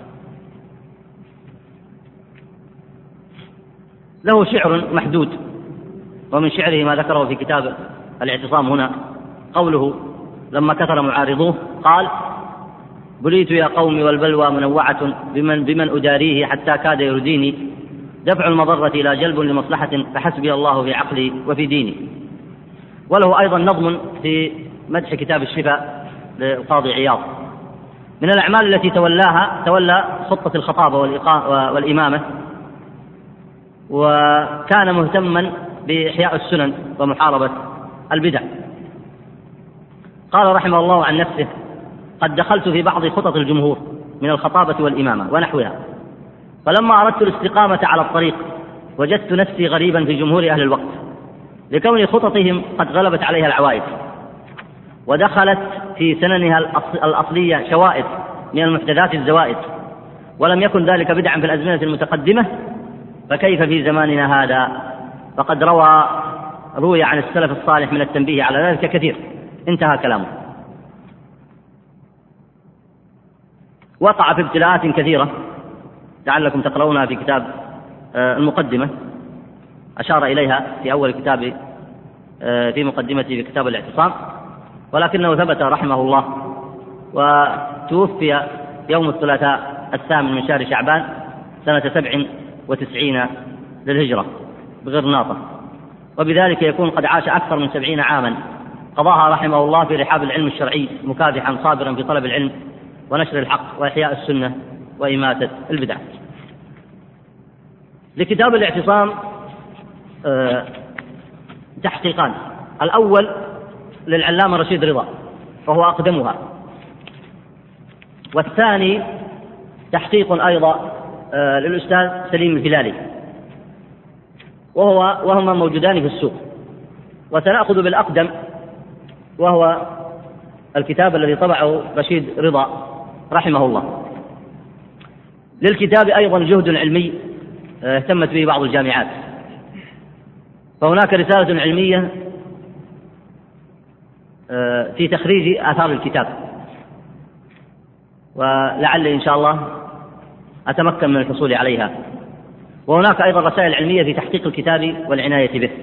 S1: له شعر محدود، ومن شعره ما ذكره في كتاب الاعتصام هنا قوله لما كثر معارضوه قال: بليت يا قومي والبلوى منوعة بمن, بمن أداريه حتى كاد يرديني، دفع المضرة إلى جلب لمصلحة فحسبي الله في عقلي وفي ديني. وله أيضا نظم في مدح كتاب الشفاء للقاضي عياض. من الأعمال التي تولاها تولى خطة الخطابة والإمامة، وكان مهتما بإحياء السنن ومحاربة البدع. قال رحمه الله عن نفسه: قد دخلت في بعض خطط الجمهور من الخطابة والإمامة ونحوها، فلما أردت الاستقامة على الطريق وجدت نفسي غريبا في جمهور أهل الوقت، لكون خططهم قد غلبت عليها العوائد ودخلت في سننها الأصلية شوائب من المحدثات الزوائد، ولم يكن ذلك بدعا في الأزمنة المتقدمة، فكيف في زماننا هذا؟ فقد روى روي عن السلف الصالح من التنبيه على ذلك كثير. انتهى كلامه. وقع في ابتلاءات كثيرة لعلكم تقرؤونها في كتاب المقدمة، أشار إليها في أول كتاب في مقدمته في كتاب الاعتصام، ولكنه ثبت رحمه الله وتوفي يوم الثلاثاء الثامن من شهر شعبان سنة سبع وتسعين للهجرة بغرناطة، وبذلك يكون قد عاش أكثر من سبعين عاما قضاها رحمه الله في رحاب العلم الشرعي، مكافحا صابرا في طلب العلم ونشر الحق وإحياء السنة وإماتة البدع. لكتاب الاعتصام تحقيقان: الأول للعلامة رشيد رضا وهو أقدمها، والثاني تحقيق أيضا للأستاذ سليم الهلالي، وهو وهما موجودان في السوق. وسنأخذ بالأقدم وهو الكتاب الذي طبعه رشيد رضا رحمه الله. للكتاب أيضا جهد علمي اهتمت به بعض الجامعات، فهناك رسالة علمية في تخريج آثار الكتاب، ولعل إن شاء الله أتمكن من الحصول عليها. وهناك أيضا رسائل علمية في تحقيق الكتاب والعناية به.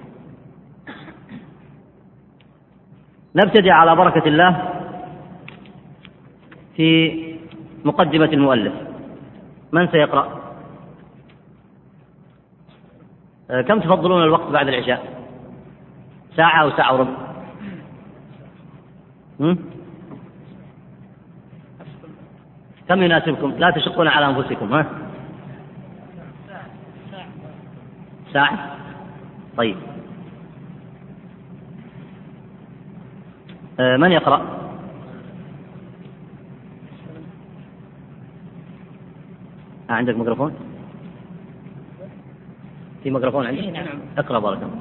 S1: نبتدئ على بركة الله في مقدمة المؤلف. من سيقرأ؟ كم تفضلون الوقت بعد العشاء؟ ساعة أو ساعة وربع؟ كم يناسبكم؟ لا تشقون على أنفسكم. ها؟ ساعة؟ طيب. من يقرأ؟ عندك ميكروفون؟ في ميكروفون عندك؟ نعم. اقرأ بارك الله.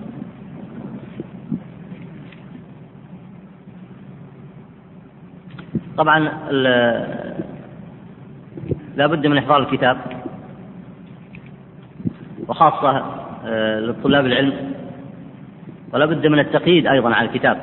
S1: طبعا لا بد من إحضار الكتاب، وخاصة للطلاب العلم، ولا بد من التقييد أيضا على الكتاب.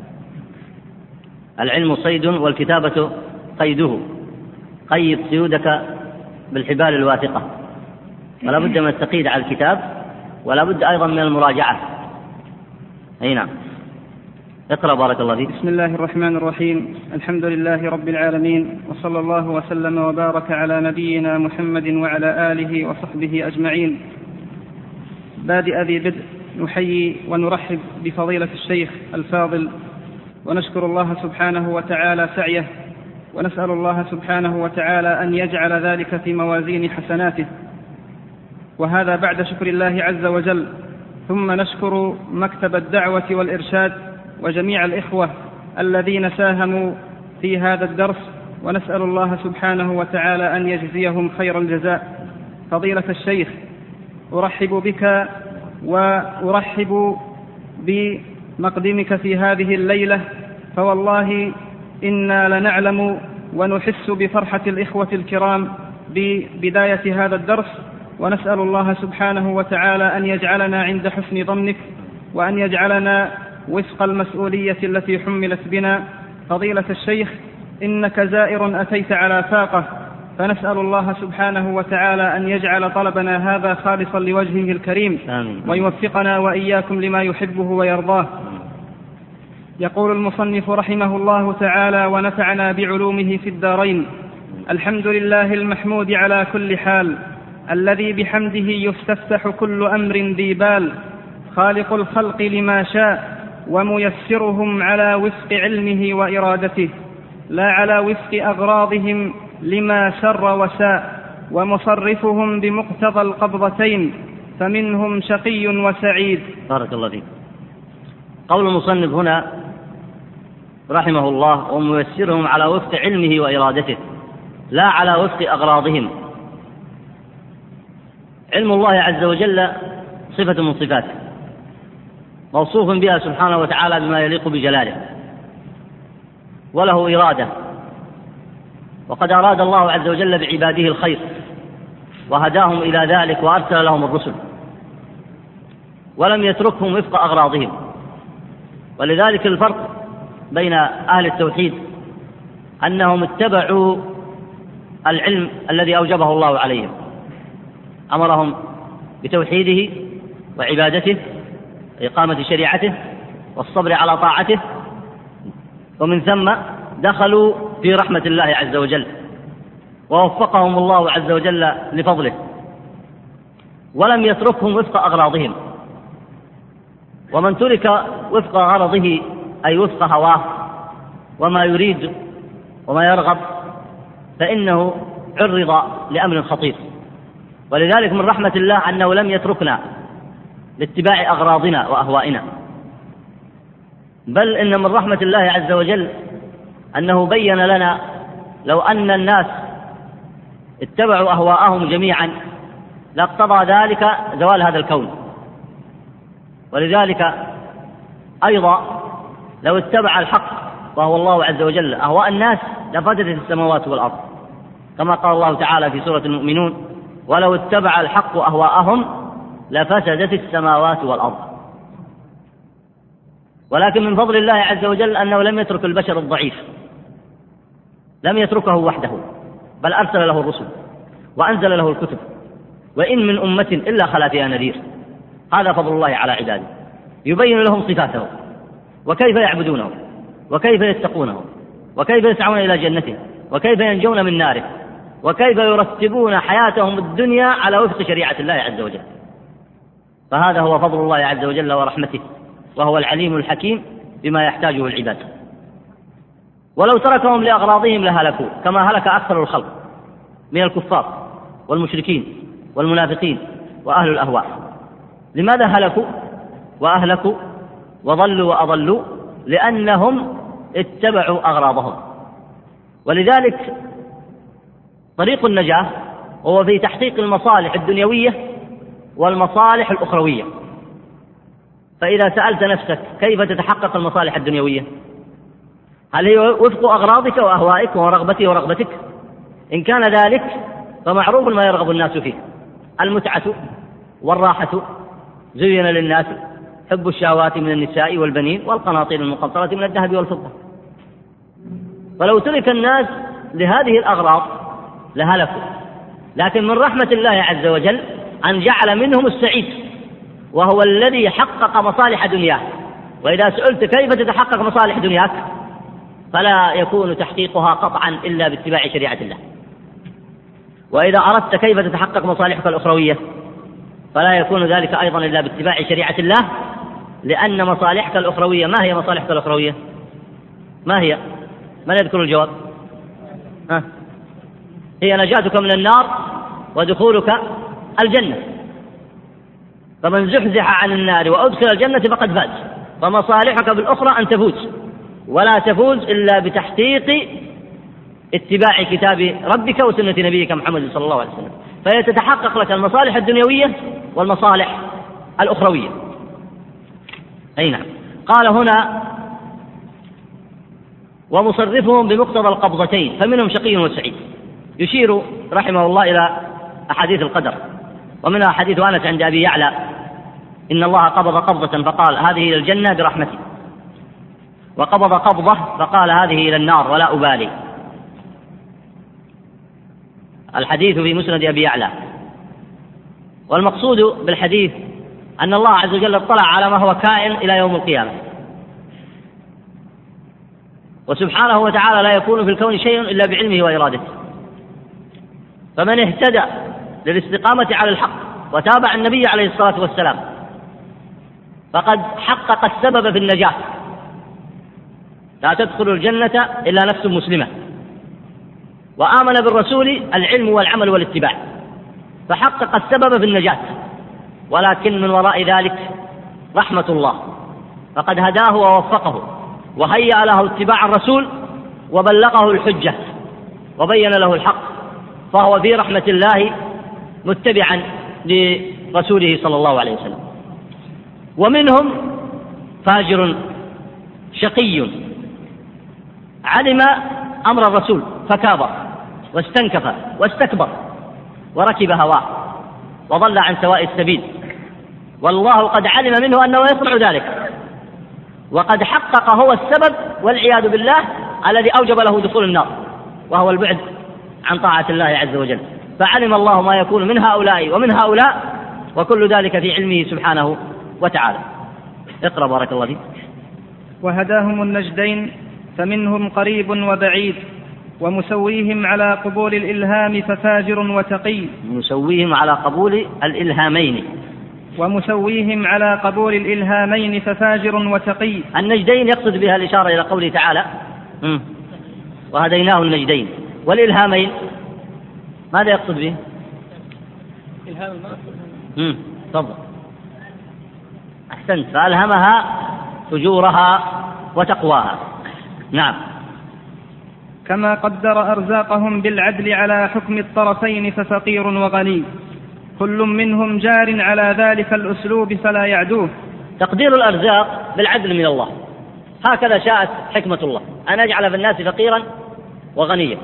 S1: العلم صيد والكتابة قيده، قيد صيودك بالحبال الواثقة. ولا بد من التقييد على الكتاب، ولا بد أيضا من المراجعة. أي نعم. اقرأ بارك الله فيك.
S2: بسم الله الرحمن الرحيم. الحمد لله رب العالمين، وصلى الله وسلم وبارك على نبينا محمد وعلى آله وصحبه أجمعين. بادئ ذي بدء نحيي ونرحب بفضيلة الشيخ الفاضل، ونشكر الله سبحانه وتعالى سعيه، ونسأل الله سبحانه وتعالى أن يجعل ذلك في موازين حسناته، وهذا بعد شكر الله عز وجل. ثم نشكر مكتب الدعوة والإرشاد وجميع الإخوة الذين ساهموا في هذا الدرس، ونسأل الله سبحانه وتعالى أن يجزيهم خير الجزاء. فضيلة الشيخ، أرحب بك وأرحب بمقدمك في هذه الليلة، فوالله إنا لنعلم ونحس بفرحة الإخوة الكرام ببداية هذا الدرس، ونسأل الله سبحانه وتعالى أن يجعلنا عند حسن ظنك، وأن يجعلنا وفق المسؤولية التي حملت بنا. فضيلة الشيخ، إنك زائر أتيت على فاقة، فنسأل الله سبحانه وتعالى أن يجعل طلبنا هذا خالصا لوجهه الكريم، ويوفقنا وإياكم لما يحبه ويرضاه. يقول المصنف رحمه الله تعالى ونفعنا بعلومه في الدارين: الحمد لله المحمود على كل حال، الذي بحمده يستفتح كل أمر ذي بال، خالق الخلق لما شاء وميسرهم على وفق علمه وإرادته، لا على وفق أغراضهم لما سر وساء، ومصرفهم بمقتضى القبضتين، فمنهم شقي وسعيد.
S1: بارك الله فيك. قول المصنف هنا رحمه الله: وميسرهم على وفق علمه وإرادته لا على وفق أغراضهم. علم الله عز وجل صفة من صفاته، موصوف بها سبحانه وتعالى بما يليق بجلاله، وله إرادة، وقد أراد الله عز وجل بعباده الخير وهداهم إلى ذلك وأرسل لهم الرسل، ولم يتركهم وفق أغراضهم. ولذلك الفرق بين أهل التوحيد أنهم اتبعوا العلم الذي أوجبه الله عليهم، أمرهم بتوحيده وعبادته وإقامة شريعته والصبر على طاعته، ومن ثم دخلوا في رحمة الله عز وجل ووفقهم الله عز وجل لفضله، ولم يتركهم وفق أغراضهم. ومن ترك وفق غرضه أي وفق هواه وما يريد وما يرغب فإنه عرض لأمر خطير. ولذلك من رحمة الله أنه لم يتركنا لاتباع أغراضنا وأهوائنا، بل إن من رحمة الله عز وجل أنه بين لنا لو أن الناس اتبعوا أهواءهم جميعا لاقتضى ذلك زوال هذا الكون. ولذلك أيضا لو اتبع الحق وهو الله عز وجل أهواء الناس لفسدت السماوات والأرض، كما قال الله تعالى في سورة المؤمنون: ولو اتبع الحق أهواءهم لفسدت السماوات والأرض. ولكن من فضل الله عز وجل أنه لم يترك البشر الضعيف، لم يتركه وحده، بل أرسل له الرسل وأنزل له الكتب، وإن من أمة إلا خلا فيها نذير. هذا فضل الله على عباده، يبين لهم صفاته وكيف يعبدونه وكيف يتقونه وكيف يسعون إلى جنته وكيف ينجون من ناره وكيف يرتبون حياتهم الدنيا على وفق شريعة الله عز وجل. فهذا هو فضل الله عز وجل ورحمته، وهو العليم الحكيم بما يحتاجه العباد. ولو تركهم لأغراضهم لهلكوا كما هلك أكثر الخلق من الكفار والمشركين والمنافقين وأهل الأهواء. لماذا هلكوا وأهلكوا وضلوا وأضلوا؟ لأنهم اتبعوا أغراضهم. ولذلك طريق النجاة هو في تحقيق المصالح الدنيوية والمصالح الأخروية. فإذا سألت نفسك كيف تتحقق المصالح الدنيوية، هل هي وفق أغراضك وأهوائك ورغبتي ورغبتك؟ إن كان ذلك فمعروف ما يرغب الناس فيه: المتعة والراحة، زين للناس حب الشهوات من النساء والبنين والقناطير المقنطرة من الذهب والفضة. فلو ترك الناس لهذه الأغراض لهلكوا. لكن من رحمة الله عز وجل أن جعل منهم السعيد، وهو الذي حقق مصالح دنياه. وإذا سئلت كيف تتحقق مصالح دنياك، فلا يكون تحقيقها قطعا إلا باتباع شريعة الله. وإذا أردت كيف تتحقق مصالحك الأخروية، فلا يكون ذلك أيضا إلا باتباع شريعة الله، لأن مصالحك الأخروية، ما هي مصالحك الأخروية؟ ما هي؟ من يذكر الجواب؟ ها؟ هي نجاتك من النار ودخولك الجنة. فمن زحزح عن النار وأدخل الجنة فقد فاز. فمصالحك بالأخرى أن تفوز، ولا تفوز إلا بتحقيق اتباع كتاب ربك وسنة نبيك محمد صلى الله عليه وسلم. فهي تتحقق لك المصالح الدنيوية والمصالح الأخروية. أي نعم. قال هنا: ومصرفهم بمقتضى القبضتين فمنهم شقي وسعيد. يشير رحمه الله إلى أحاديث القدر، ومنها حديث أنس عند أبي يعلى: إن الله قبض قبضة فقال هذه إلى الجنة برحمتي، وقبض قبضة فقال هذه إلى النار ولا أبالي. الحديث في مسند أبي يعلى. والمقصود بالحديث أن الله عز وجل اطلع على ما هو كائن إلى يوم القيامة، وسبحانه وتعالى لا يكون في الكون شيء إلا بعلمه وإرادته. فمن اهتدى للاستقامة على الحق وتابع النبي عليه الصلاة والسلام فقد حقق السبب في النجاة، لا تدخل الجنة إلا نفس مسلمة وآمن بالرسول العلم والعمل والاتباع، فحقق السبب في النجاة، ولكن من وراء ذلك رحمة الله، فقد هداه ووفقه وهيأ له اتباع الرسول وبلغه الحجة وبين له الحق، فهو في رحمة الله متبعا لرسوله صلى الله عليه وسلم. ومنهم فاجر شقي علم أمر الرسول فكابر واستنكف واستكبر وركب هواه وضل عن سواء السبيل، والله قد علم منه أنه يصنع ذلك، وقد حقق هو السبب والعياذ بالله الذي أوجب له دخول النار، وهو البعد عن طاعة الله عز وجل. فعلم الله ما يكون من هؤلاء ومن هؤلاء، وكل ذلك في علمه سبحانه وتعالى. اقرأ بارك الله فيك.
S2: وهداهم النجدين فمنهم قريب وبعيد، ومسويهم على قبول الإلهام ففاجر وتقي.
S1: مسويهم على قبول الإلهامين.
S2: ومسويهم على قبول الإلهامين ففاجر وتقي.
S1: النجدين يقصد بها الإشارة إلى قوله تعالى م. وهديناه النجدين. والإلهامين ماذا يقصد به؟
S2: إلهام المرء.
S1: تفضل. أحسنت، فألهمها فجورها وتقواها. نعم.
S2: كما قدر أرزاقهم بالعدل على حكم الطرفين ففقير وغني، كل منهم جار على ذلك الأسلوب فلا يعدوه.
S1: تقدير الأرزاق بالعدل من الله، هكذا شاءت حكمة الله أن أجعل في الناس فقيرا وغنيا.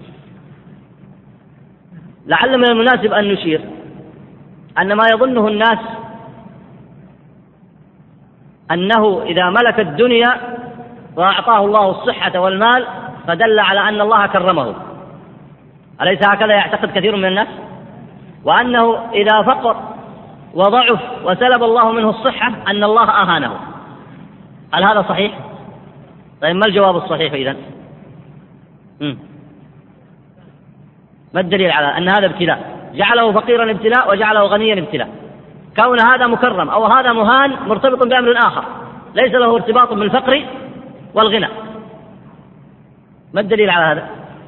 S1: لعل من المناسب أن نشير أن ما يظنه الناس أنه إذا ملك الدنيا وأعطاه الله الصحة والمال فدل على أن الله كرمه، أليس هكذا يعتقد كثير من الناس؟ وأنه إذا فقر وضعف وسلب الله منه الصحة أن الله أهانه. هل هذا صحيح؟ طيب ما الجواب الصحيح إذن؟ ما الدليل على أن هذا ابتلاء؟ جعله فقيرا ابتلاء وجعله غنيا ابتلاء. كون هذا مكرم أو هذا مهان مرتبط بأمر آخر ليس له ارتباط بالفقر والغنى. ما الدليل على هذا؟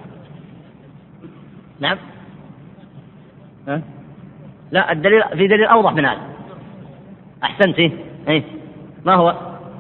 S1: نعم. أه؟ لا، الدليل في دليل أوضح من هذا. أحسنت. إيه؟ ما هو؟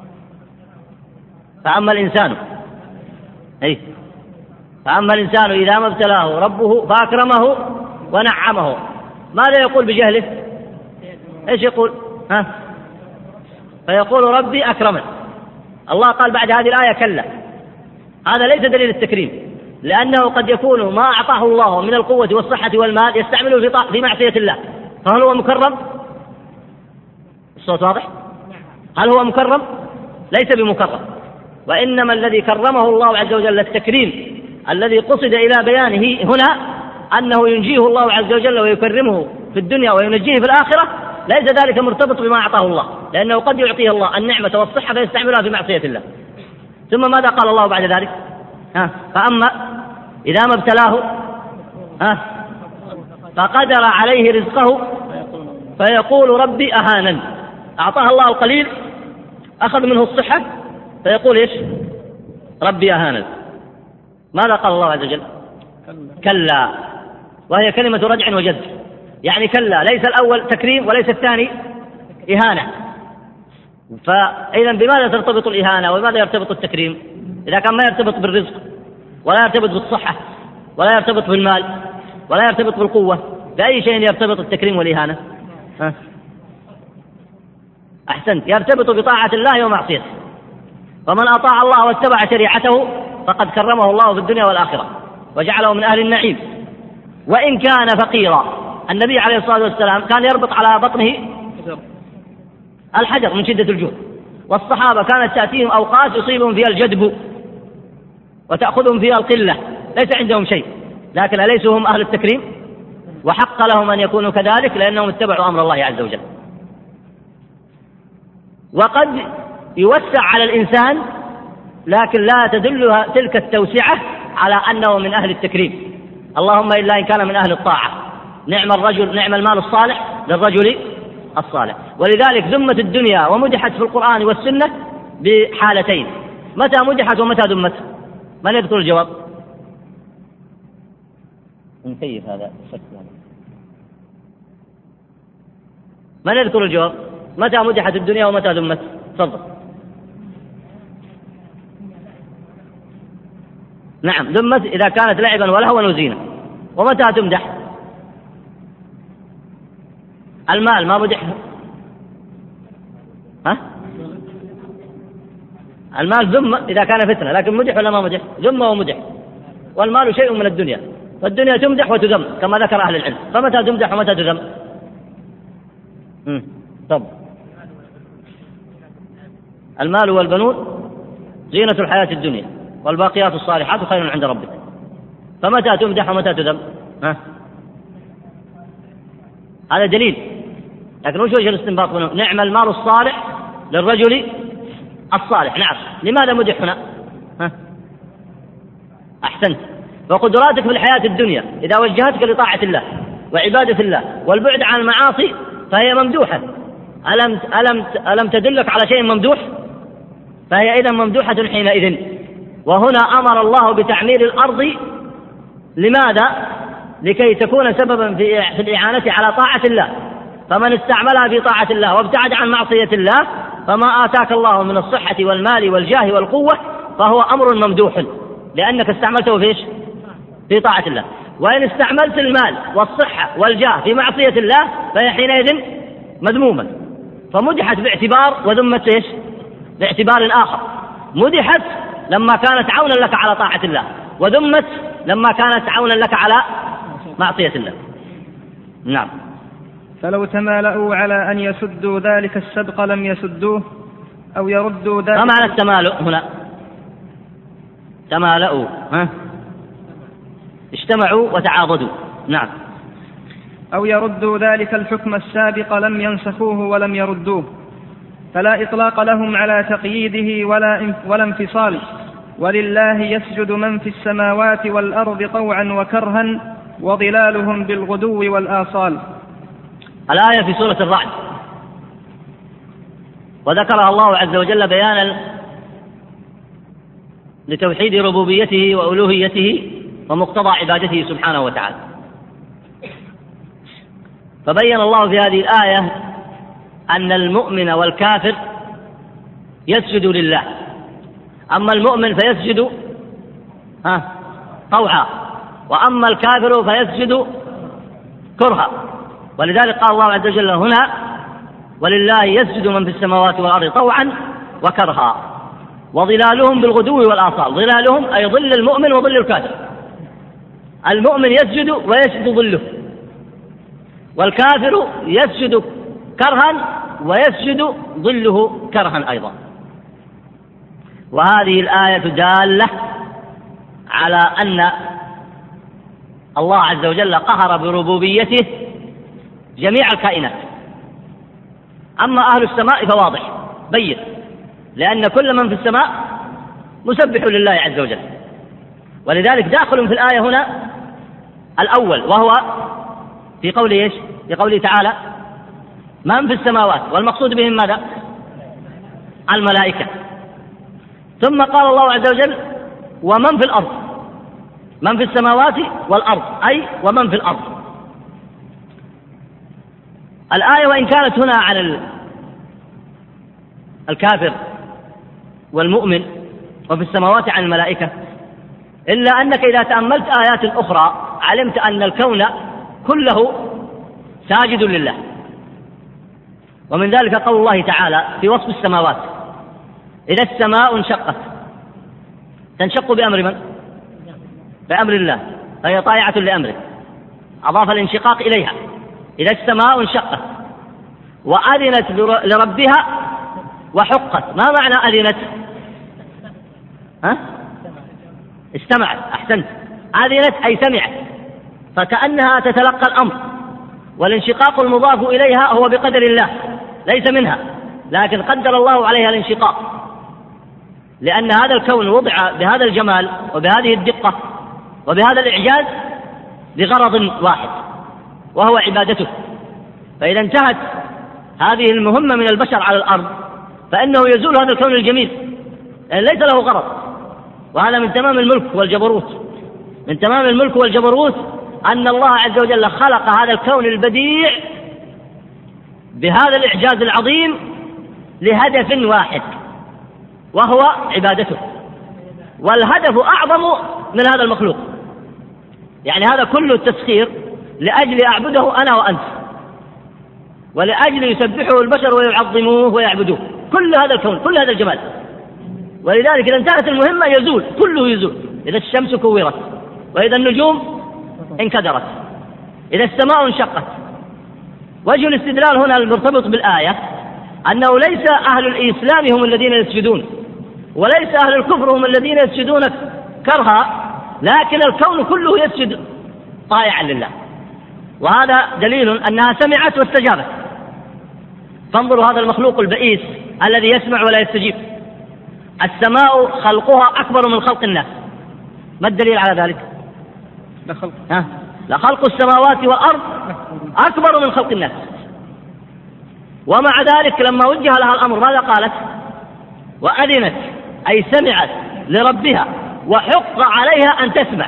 S1: فأما الإنسان إيه؟ فأما الإنسان إذا ما ابتلاه ربه فأكرمه ونعمه، ماذا يقول بجهله؟ إيش يقول؟ ها؟ فيقول ربي أكرمن. الله قال بعد هذه الآية كلا. هذا ليس دليل التكريم، لأنه قد يكون ما أعطاه الله من القوة والصحة والمال يستعمله في معصية الله، فهل هو مكرم؟ الصوت واضح؟ هل هو مكرم؟ ليس بمكرم، وإنما الذي كرمه الله عز وجل التكريم الذي قصد إلى بيانه هنا أنه ينجيه الله عز وجل ويكرمه في الدنيا وينجيه في الآخرة، ليس ذلك مرتبط بما أعطاه الله، لأنه قد يعطيه الله النعمة والصحة فيستعملها في معصية الله. ثم ماذا قال الله بعد ذلك؟ ها؟ فأما إذا ما ابتلاه ها؟ فقدر عليه رزقه فيقول ربي أهانن. أعطاه الله القليل أخذ منه الصحة فيقول إيش؟ ربي أهانن. ماذا قال الله عز وجل؟ كلا، وهي كلمة رجع وجد، يعني كلا، ليس الأول تكريم وليس الثاني إهانة. فإذا بماذا ترتبط الإهانة وبماذا يرتبط التكريم؟ إذا كان ما يرتبط بالرزق ولا يرتبط بالصحة ولا يرتبط بالمال ولا يرتبط بالقوة، بأي شيء يرتبط التكريم والإهانة؟ ها؟ أحسنت، يرتبط بطاعة الله ومعصيته. فمن أطاع الله واتبع شريعته فقد كرمه الله في الدنيا والآخرة وجعله من أهل النعيم. وإن كان فقيرا، النبي عليه الصلاة والسلام كان يربط على بطنه الحجر من شدة الجوع، والصحابة كانت تأتيهم أوقات يصيبهم فيها الجدب وتأخذهم فيها القلة، ليس عندهم شيء، لكن أليسوا هم أهل التكريم؟ وحق لهم أن يكونوا كذلك لأنهم اتبعوا أمر الله عز وجل. وقد يوسع على الإنسان لكن لا تدل تلك التوسعة على أنه من أهل التكريم، اللهم إلا إن كان من أهل الطاعة. نعم الرجل نعم المال الصالح للرجل الصالح. ولذلك ذمت الدنيا ومدحت في القرآن والسنة بحالتين: متى مدحت ومتى ذمت؟ من يذكر الجواب؟ نكيف هذا الشك. من يذكر الجواب؟ متى مدحت الدنيا ومتى ذمت؟ تفضل. نعم، ذمت إذا كانت لعبا ولهوا وزينة. ومتى تمدح؟ المال ما مدح؟ ها؟ المال ذم إذا كان فتنة، لكن مدح ولا ما مدح؟ ذم ومدح. والمال شيء من الدنيا، فالدنيا تمدح وتذم كما ذكر أهل العلم. فمتى تمدح ومتى تذم؟ طب المال والبنون زينة الحياة الدنيا والباقيات الصالحات خير عند ربك. فمتى تمدح ومتى تذم؟ ها؟ هذا دليل. لكن وش وجه الاستنباط منه؟ نعم المال الصالح للرجل الصالح. نعم، لماذا مدح هنا؟ ها؟ أحسنت. وقدراتك في الحياة الدنيا إذا وجهتك لطاعة الله وعبادة الله والبعد عن المعاصي فهي ممدوحة. ألم, ألم, ألم تدلك على شيء ممدوح؟ فهي إذا ممدوحة حينئذ. وهنا أمر الله بتعمير الأرض. لماذا؟ لكي تكون سببا في الإعانة على طاعة الله. فمن استعملها في طاعة الله وابتعد عن معصية الله فما آتاك الله من الصحة والمال والجاه والقوة فهو أمر ممدوح، لأنك استعملته في إيش؟ في طاعة الله. وإن استعملت المال والصحة والجاه في معصية الله فهي حينئذ مذمومة. فمدحت باعتبار وذمت إيش؟ باعتبار آخر. مدحت لما كانت عونا لك على طاعة الله، وذمت لما كانت عونا لك على معصية الله. نعم.
S2: فلو تمالؤوا على أن يسدوا ذلك السبق لم يسدوه أو يردوا ذلك.
S1: ما معنى التمالؤ هنا؟ تمالؤوا، ها؟ اجتمعوا وتعاضدوا. نعم.
S2: أو يردوا ذلك الحكم السابق لم ينسخوه ولم يردوه، فلا إطلاق لهم على تقييده ولا ولا انفصال. ولله يسجد من في السماوات والأرض طوعا وكرها وظلالهم بالغدو والآصال.
S1: الآية في سورة الرعد، وذكرها الله عز وجل بيانا لتوحيد ربوبيته وألوهيته ومقتضى عبادته سبحانه وتعالى. فبين الله في هذه الآية أن المؤمن والكافر يسجد لله. أما المؤمن فيسجد ها طوعا، وأما الكافر فيسجد كرها. ولذلك قال الله عز وجل هنا ولله يسجد من في السماوات والأرض طوعا وكرها وظلالهم بالغدو والآصال. ظلالهم أي ظل المؤمن وظل الكافر. المؤمن يسجد ويسجد ظله، والكافر يسجد كرها ويسجد ظله كرها أيضا. وهذه الآية دالة على أن الله عز وجل قهر بربوبيته جميع الكائنات. أما أهل السماء فواضح بين، لأن كل من في السماء مسبح لله عز وجل. ولذلك داخل في الآية هنا الأول، وهو في قوله إيش؟ في قوله تعالى من في السماوات، والمقصود بهم ماذا؟ الملائكة. ثم قال الله عز وجل ومن في الأرض، من في السماوات والأرض أي ومن في الأرض. الآية وإن كانت هنا على الكافر والمؤمن وفي السماوات عن الملائكة، إلا أنك إذا تأملت آيات أخرى علمت أن الكون كله ساجد لله. ومن ذلك قول الله تعالى في وصف السماوات إذا السماء انشقت، تنشق بأمر من؟ بأمر الله، فهي طائعة لأمره، أضاف الانشقاق إليها. إذا السماء انشقت وأذنت لربها وحقت. ما معنى أذنت؟ ها؟ استمعت. أحسنت. أذنت أي سمعت، فكأنها تتلقى الأمر. والانشقاق المضاف إليها هو بقدر الله ليس منها، لكن قدر الله عليها الانشقاق، لأن هذا الكون وضع بهذا الجمال وبهذه الدقة وبهذا الإعجاز لغرض واحد، وهو عبادته. فإذا انتهت هذه المهمة من البشر على الأرض فإنه يزول هذا الكون الجميل ليس له غرض. وهذا من تمام الملك والجبروت، من تمام الملك والجبروت أن الله عز وجل خلق هذا الكون البديع بهذا الإعجاز العظيم لهدف واحد، وهو عبادته. والهدف أعظم من هذا المخلوق، يعني هذا كله التسخير لأجل أعبده أنا وأنت، ولأجل يسبحه البشر ويعظموه ويعبدوه، كل هذا الكون، كل هذا الجمال. ولذلك إذا انتهت المهمة يزول، كله يزول. إذا الشمس كورت، وإذا النجوم انكدرت، إذا السماء انشقت. وجه الاستدلال هنا المرتبط بالآية أنه ليس أهل الإسلام هم الذين يسجدون، وليس أهل الكفر هم الذين يسجدون كرها، لكن الكون كله يسجد طائعا لله. وهذا دليل أنها سمعت واستجابت. فانظروا هذا المخلوق البئيس الذي يسمع ولا يستجيب. السماء خلقها أكبر من خلق الناس. ما الدليل على ذلك؟
S2: لخلق
S1: ها؟ لخلق السماوات والأرض أكبر من خلق الناس. ومع ذلك لما وجه لها الأمر ماذا قالت؟ وأذنت، أي سمعت لربها، وحق عليها أن تسمع،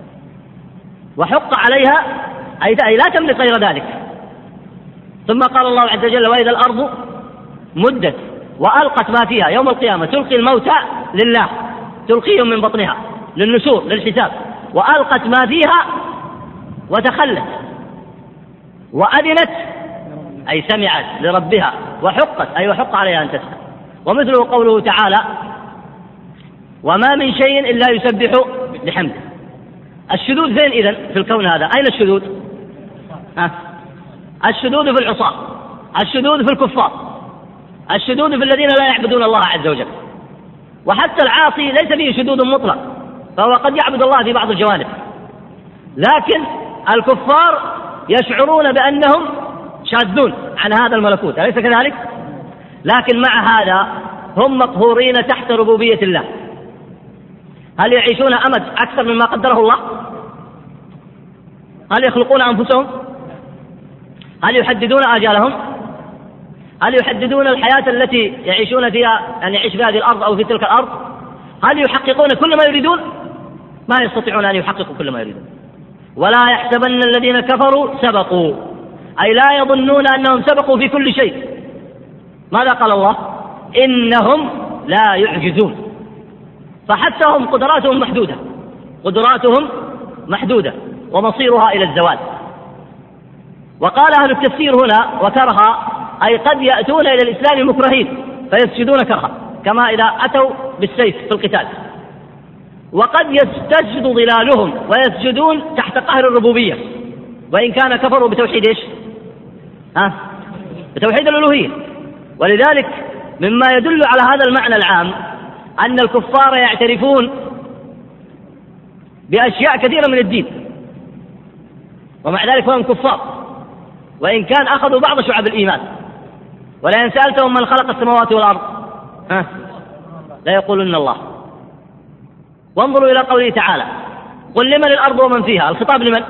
S1: وحق عليها أي لا تملك غير ذلك. ثم قال الله عز وجل وإذا الأرض مدت وألقت ما فيها يوم القيامة تلقي الموتى لله، تلقيهم من بطنها للنشور للحساب، وألقت ما فيها وتخلت. وأذنت أي سمعت لربها، وحقت أي وحق عليها أن تسمع. ومثله قوله تعالى وما من شيء إلا يسبح بحمده. الشذوذ فين إذن في الكون هذا؟ أين الشذوذ؟ ها؟ الشذوذ في العصاة، الشذوذ في الكفار، الشذوذ في الذين لا يعبدون الله عز وجل. وحتى العاصي ليس فيه شذوذ مطلق، فهو قد يعبد الله في بعض الجوانب، لكن الكفار يشعرون بأنهم شاذون عن هذا الملكوت، أليس كذلك؟ لكن مع هذا هم مقهورين تحت ربوبية الله. هل يعيشون أمد أكثر مما قدره الله؟ هل يخلقون أنفسهم؟ هل يحددون آجالهم؟ هل يحددون الحياة التي يعيشون فيها، أن يعيش في هذه الأرض أو في تلك الأرض؟ هل يحققون كل ما يريدون؟ ما يستطيعون أن يحققوا كل ما يريدون. ولا يحسبن الذين كفروا سبقوا، أي لا يظنون أنهم سبقوا في كل شيء. ماذا قال الله؟ إنهم لا يعجزون. فحتى هم قدراتهم محدودة، قدراتهم محدودة ومصيرها إلى الزوال. وقال أهل التفسير هنا وكرها، أي قد يأتون إلى الإسلام مكرهين فيسجدون كرها، كما إذا أتوا بالسيف في القتال. وقد يستسجد ظلالهم ويسجدون تحت قهر الربوبية، وإن كان كفروا بتوحيد إيش؟ ها؟ بتوحيد الألوهية. ولذلك مما يدل على هذا المعنى العام أن الكفار يعترفون بأشياء كثيرة من الدين، ومع ذلك هم كفار، وإن كان أخذوا بعض شعب الإيمان. ولئن سألتهم من خلق السماوات والأرض ها؟ لا يقولون الله. وانظروا إلى قوله تعالى قل لمن الأرض ومن فيها. الخطاب لمن؟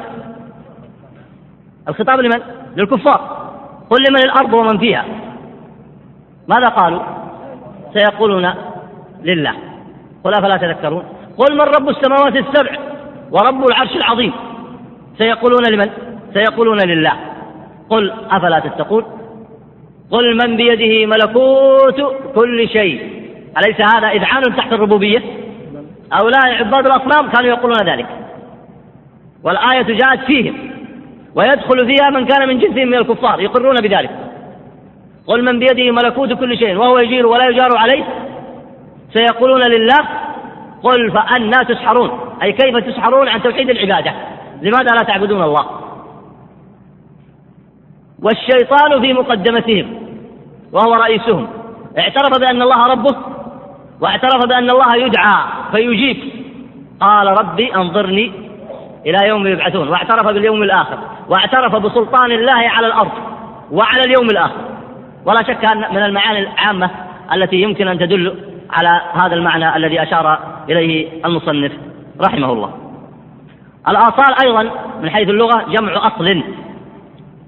S1: الخطاب لمن؟ للكفار. قل لمن الأرض ومن فيها. ماذا قالوا؟ سيقولون لله. قل أفلا تذكرون. قل من رب السماوات السبع ورب العرش العظيم. سيقولون لمن؟ سيقولون لله. قل أفلا تتقون. قل من بيده ملكوت كل شيء. أليس هذا إذعان تحت الربوبية؟ هؤلاء عباد الأصنام كانوا يقولون ذلك، والآية جاءت فيهم، ويدخل فيها من كان من جنسهم من الكفار يقرون بذلك. قل من بيده ملكوت كل شيء وهو يجير ولا يجار عليه. سيقولون لله. قل فأنى تسحرون، أي كيف تسحرون عن توحيد العبادة؟ لماذا لا تعبدون الله؟ والشيطان في مقدمتهم وهو رئيسهم اعترف بأن الله ربه، واعترف بأن الله يدعى فيجيب. قال ربي أنظرني إلى يوم يبعثون، واعترف باليوم الآخر، واعترف بسلطان الله على الأرض وعلى اليوم الآخر. ولا شك أن من المعاني العامة التي يمكن أن تدل على هذا المعنى الذي أشار إليه المصنف رحمه الله. الآصال أيضا من حيث اللغة جمع أصل،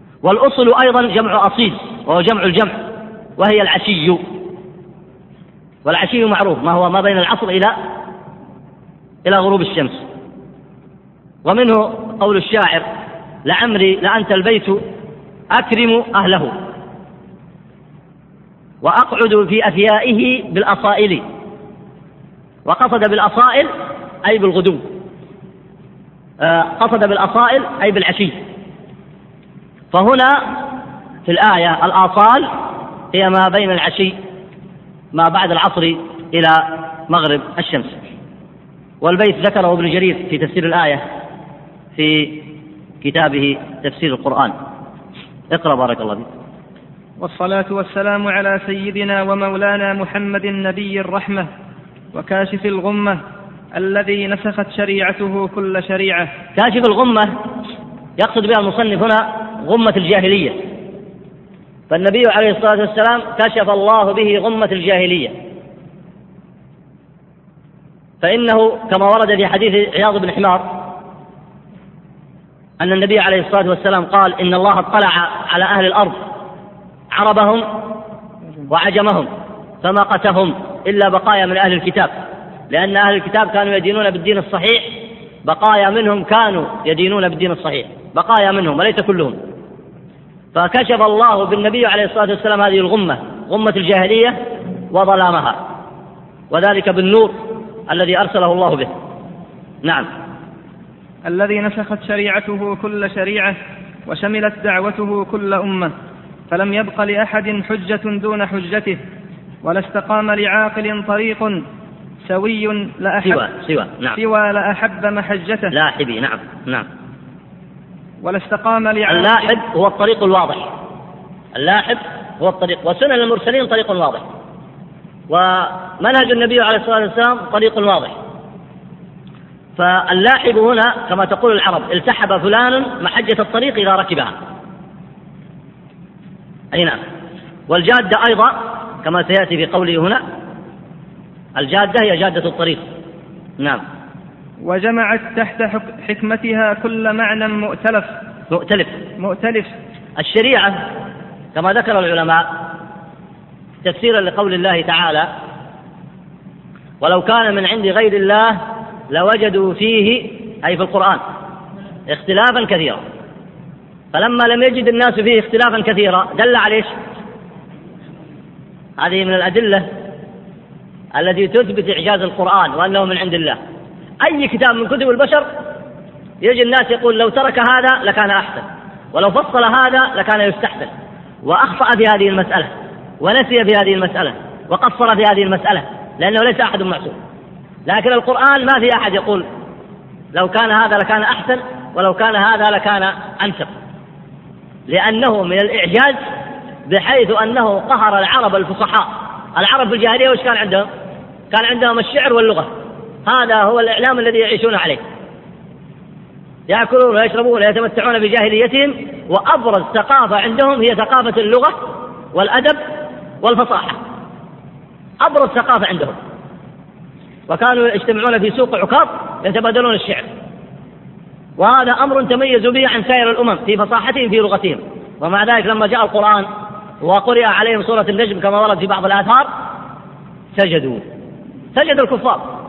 S1: والأصل أيضا جمع أصيل وهو جمع الجمع، وهي العشي. والعشي معروف ما هو ما بين العصر إلى إلى غروب الشمس. ومنه قول الشاعر: لعمري لأنت البيت أكرم أهله وأقعد في أفيائه بالأصائل. وقصد بالأصائل أي بالغدو، قصد بالأصائل أي بالعشي. فهنا في الآية الآصال هي ما بين العشي ما بعد العصر إلى مغرب الشمس. والبيت ذكره ابن جرير في تفسير الآية في كتابه تفسير القرآن. اقرأ بارك الله فيك.
S2: والصلاة والسلام على سيدنا ومولانا محمد النبي الرحمة وكاشف الغمة الذي نسخت شريعته كل شريعة.
S1: كاشف الغمة يقصد بها المصنف هنا غمة الجاهلية، فالنبي عليه الصلاة والسلام كشف الله به غمة الجاهلية، فإنه كما ورد في حديث عياض بن حمار أن النبي عليه الصلاة والسلام قال: إن الله اطلع على أهل الأرض عربهم وعجمهم فما قتهم إلا بقايا من أهل الكتاب، لأن أهل الكتاب كانوا يدينون بالدين الصحيح، بقايا منهم كانوا يدينون بالدين الصحيح، بقايا منهم وليس كلهم. فكشف الله بالنبي عليه الصلاة والسلام هذه الغمة، غمة الجاهلية وظلامها، وذلك بالنور الذي أرسله الله به. نعم.
S2: الذي نسخت شريعته كل شريعة وشملت دعوته كل أمة، فلم يبق لأحد حجة دون حجته، ولا استقام لعاقل طريق سوي لأحب
S1: سوى سوى نعم
S2: سوى لأحب محجته.
S1: لاحبي نعم نعم.
S2: ولا استقام لعاقل.
S1: اللاحب هو الطريق الواضح، اللاحب هو الطريق، وسنن المرسلين طريق واضح، ومنهج النبي عليه الصلاة والسلام طريق واضح. فاللاحب هنا كما تقول العرب: التحب فلان محجة الطريق إذا ركبها. أي نعم. والجادة أيضا كما سيأتي في قوله هنا، الجادة هي جادة الطريق. نعم.
S2: وجمعت تحت حكمتها كل معنى مؤتلف
S1: مؤتلف
S2: مؤتلف
S1: الشريعة كما ذكر العلماء تفسيرا لقول الله تعالى: ولو كان من عند غير الله لوجدوا فيه، أي في القرآن، اختلافا كثيرا. فلما لم يجد الناس فيه اختلافا كثيرا دل على ايش؟ هذه من الأدلة التي تثبت إعجاز القرآن وأنه من عند الله. أي كتاب من كتب البشر يجي الناس يقول لو ترك هذا لكان أحسن، ولو فصل هذا لكان يستحسن، وأخطأ في هذه المسألة، ونسي في هذه المسألة، وقصر في هذه المسألة، لأنه ليس أحد معصوم. لكن القرآن ما في أحد يقول لو كان هذا لكان أحسن، ولو كان هذا لكان أنسب، لأنه من الإعجاز بحيث أنه قهر العرب الفصحاء. العرب في الجاهلية وش كان عندهم؟ كان عندهم الشعر واللغة، هذا هو الإعلام الذي يعيشون عليه، يأكلون ويشربون ويتمتعون بجاهليتهم، وأبرز ثقافة عندهم هي ثقافة اللغة والأدب والفصاحة، أبرز ثقافة عندهم. وكانوا يجتمعون في سوق عكاظ يتبادلون الشعر، وهذا أمر تميزوا به عن سائر الأمم في فصاحتهم في لغتهم. ومع ذلك لما جاء القرآن وقرئ عليهم سورة النجم كما ورد في بعض الآثار سجدوا، سجد الكفار،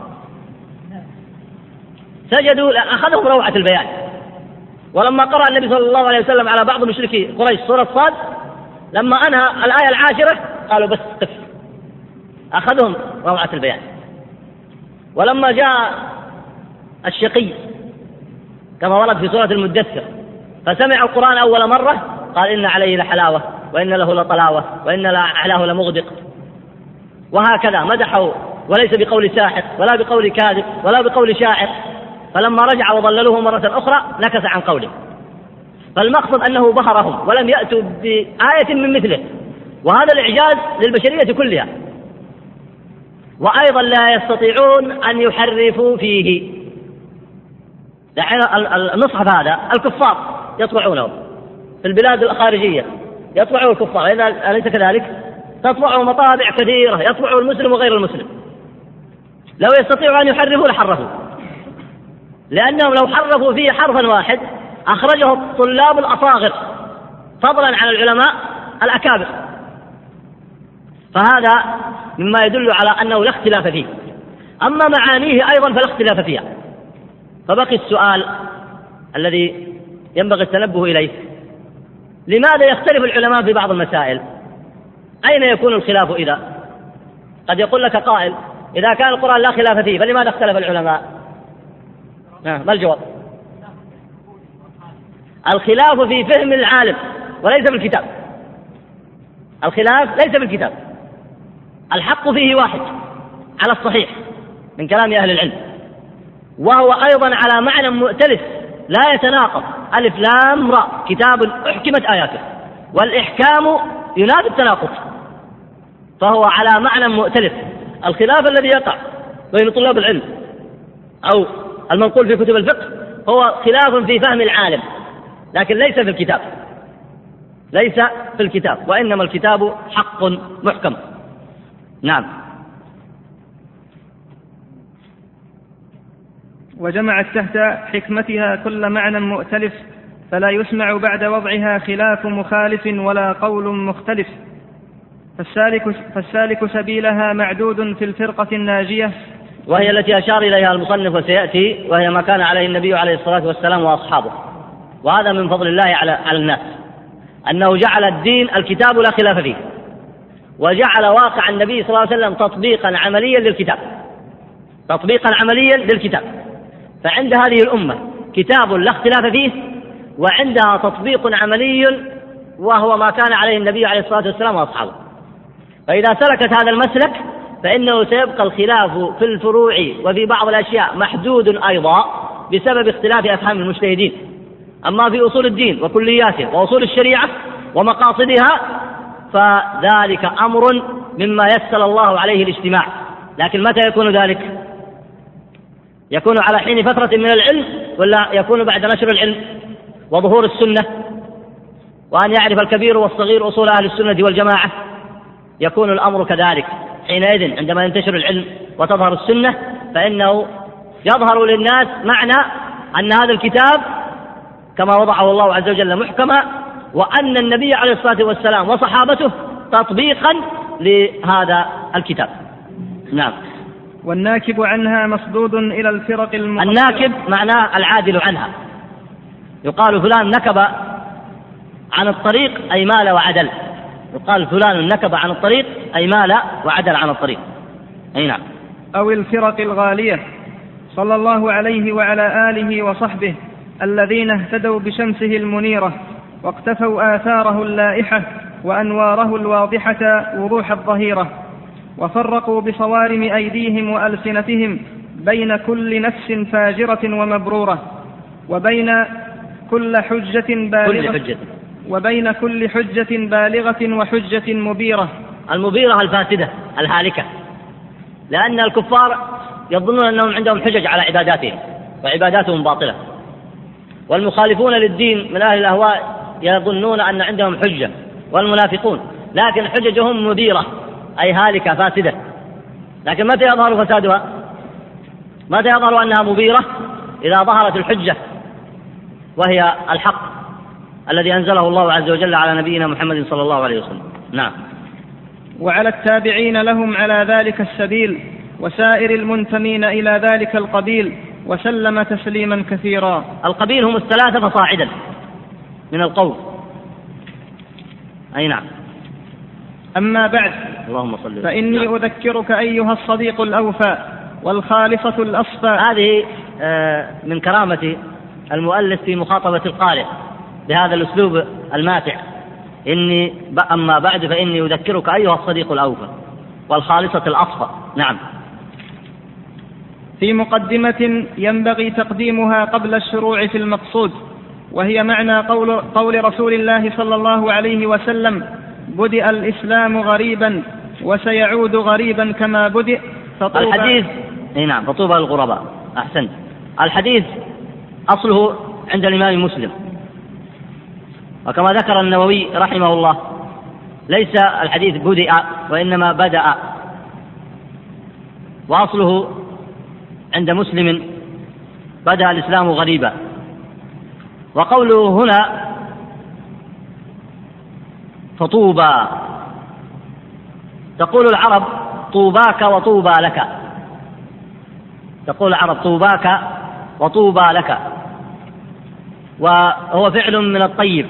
S1: سجدوا، أخذهم روعة البيان. ولما قرأ النبي صلى الله عليه وسلم على بعض مشركي قريش سورة صاد، لما أنهى الآية العاشرة قالوا بس قف، أخذهم روعة البيان. ولما جاء الشقي كما ورد في سورة المدثر فسمع القرآن أول مرة قال إن عليه لحلاوة وإن له لطلاوة وإن أعلاه لمغدق، وهكذا مدحوا، وليس بقول ساحر ولا بقول كاذب ولا بقول شاعر. فلما رجع وضللوه مرة أخرى نكث عن قوله. فالمقصد أنه بهرهم ولم يأتوا بآية من مثله، وهذا الإعجاز للبشرية كلها. وأيضا لا يستطيعون أن يحرفوا فيه. المصحف هذا الكفار يطبعونه في البلاد الخارجية، يطبعه الكفار، إذا أليس كذلك؟ تطبعه مطابع كثيرة، يطبعه المسلم وغير المسلم. لو يستطيعوا أن يحرفوا لحرفوا، لأنهم لو حرفوا فيه حرفا واحد أخرجه الطلاب الأصاغر فضلا عن العلماء الأكابر.
S3: فهذا مما يدل على أنه لا اختلاف فيه. أما معانيه أيضا فلا اختلاف فيها. فبقي السؤال الذي ينبغي التنبه إليه: لماذا يختلف العلماء في بعض المسائل؟ أين يكون الخلاف إذا؟ قد يقول لك قائل: إذا كان القرآن لا خلاف فيه فلماذا اختلف العلماء؟ ما الجواب؟ الخلاف في فهم العالم وليس في الكتاب. الخلاف ليس في الكتاب، الحق فيه واحد على الصحيح من كلام أهل العلم، وهو أيضا على معنى مؤتلف لا يتناقض. ألف لام راء كتاب أحكمت آياته، والإحكام ينافي التناقض، فهو على معنى مؤتلف. الخلاف الذي يقع بين طلاب العلم أو المنقول في كتب الفقه هو خلاف في فهم العالم، لكن ليس في الكتاب، ليس في الكتاب، وإنما الكتاب حق محكم. نعم.
S2: وجمعت تحت حكمتها كل معنى مؤتلف، فلا يسمع بعد وضعها خلاف مخالف ولا قول مختلف، فالسالك, فالسالك سبيلها معدود في الفرقة الناجية،
S3: وهي التي أشار إليها المصنف وسيأتي، وهي ما كان عليه النبي عليه الصلاة والسلام وأصحابه. وهذا من فضل الله على على الناس، أنه جعل الدين الكتاب لا خلاف فيه، وجعل واقع النبي صلى الله عليه وسلم تطبيقا عمليا للكتاب، تطبيقا عمليا للكتاب. فعند هذه الأمة كتاب لا اختلاف فيه، وعندها تطبيق عملي وهو ما كان عليه النبي عليه الصلاة والسلام وأصحابه. فإذا سلكت هذا المسلك فإنه سيبقى الخلاف في الفروع وفي بعض الأشياء محدود أيضا بسبب اختلاف أفهام المجتهدين. أما في أصول الدين وكلياته وأصول الشريعة ومقاصدها فذلك أمر مما يسر الله عليه الاجتماع. لكن متى يكون ذلك؟ يكون على حين فترة من العلم، ولا يكون بعد نشر العلم وظهور السنة، وأن يعرف الكبير والصغير أصول أهل السنة والجماعة؟ يكون الأمر كذلك. حينئذ عندما ينتشر العلم وتظهر السنة فإنه يظهر للناس معنى أن هذا الكتاب كما وضعه الله عز وجل محكما، وأن النبي عليه الصلاة والسلام وصحابته تطبيقا لهذا الكتاب. نعم.
S2: والناكب عنها مصدود إلى الفرق المقصرة.
S3: الناكب معناه العادل عنها، يقال فلان نكب عن الطريق أي مال وعدل، يقال فلان نكب عن الطريق أي مال وعدل عن الطريق. أي نعم.
S2: أو الفرق الغالية، صلى الله عليه وعلى آله وصحبه الذين اهتدوا بشمسه المنيرة واقتفوا آثاره اللائحة وأنواره الواضحة وضوح الظهيرة، وفرقوا بصوارم أيديهم وألسنتهم بين كل نفس فاجرة ومبرورة، وبين كل حجة بالغة
S3: كل حجة
S2: وبين كل حجة بالغة وحجة مبيرة.
S3: المبيرة الفاسدة الهالكة، لأن الكفار يظنون أنهم عندهم حجج على عباداتهم وعباداتهم باطلة، والمخالفون للدين من أهل الأهواء يظنون أن عندهم حجة، والمنافقون، لكن حججهم مبيرة أي هالكة فاسدة. لكن متى يظهر فسادها؟ متى يظهر أنها مبيرة؟ إذا ظهرت الحجة وهي الحق الذي أنزله الله عز وجل على نبينا محمد صلى الله عليه وسلم. نعم.
S2: وعلى التابعين لهم على ذلك السبيل وسائر المنتمين إلى ذلك القبيل، وسلم تسليما كثيرا.
S3: القبيل هم الثلاثة فصاعدا من القوم. أي نعم.
S2: أما بعد،
S3: اللهم صل
S2: فإني نعم. أذكرك أيها الصديق الأوفى والخالصة الأصفى.
S3: هذه من كرامة المؤلف في مخاطبة القارئ بهذا الأسلوب الماتع. إني أما بعد فإني أذكرك أيها الصديق الأوفى والخالصة الأصفى. نعم.
S2: في مقدمة ينبغي تقديمها قبل الشروع في المقصود، وهي معنى قول, قول رسول الله صلى الله عليه وسلم: بدأ الإسلام غريبا وسيعود غريبا كما بدأ.
S3: الحديث اي نعم فطوبى للغرباء. أحسنت. الحديث أصله عند الإمام مسلم، وكما ذكر النووي رحمه الله ليس الحديث بدأ وإنما بدأ، وأصله عند مسلم بدأ الإسلام غريبا. وقوله هنا فطوبى تقول العرب طوباك وطوبى لك، تقول العرب طوباك وطوبى لك، وهو فعل من الطيب.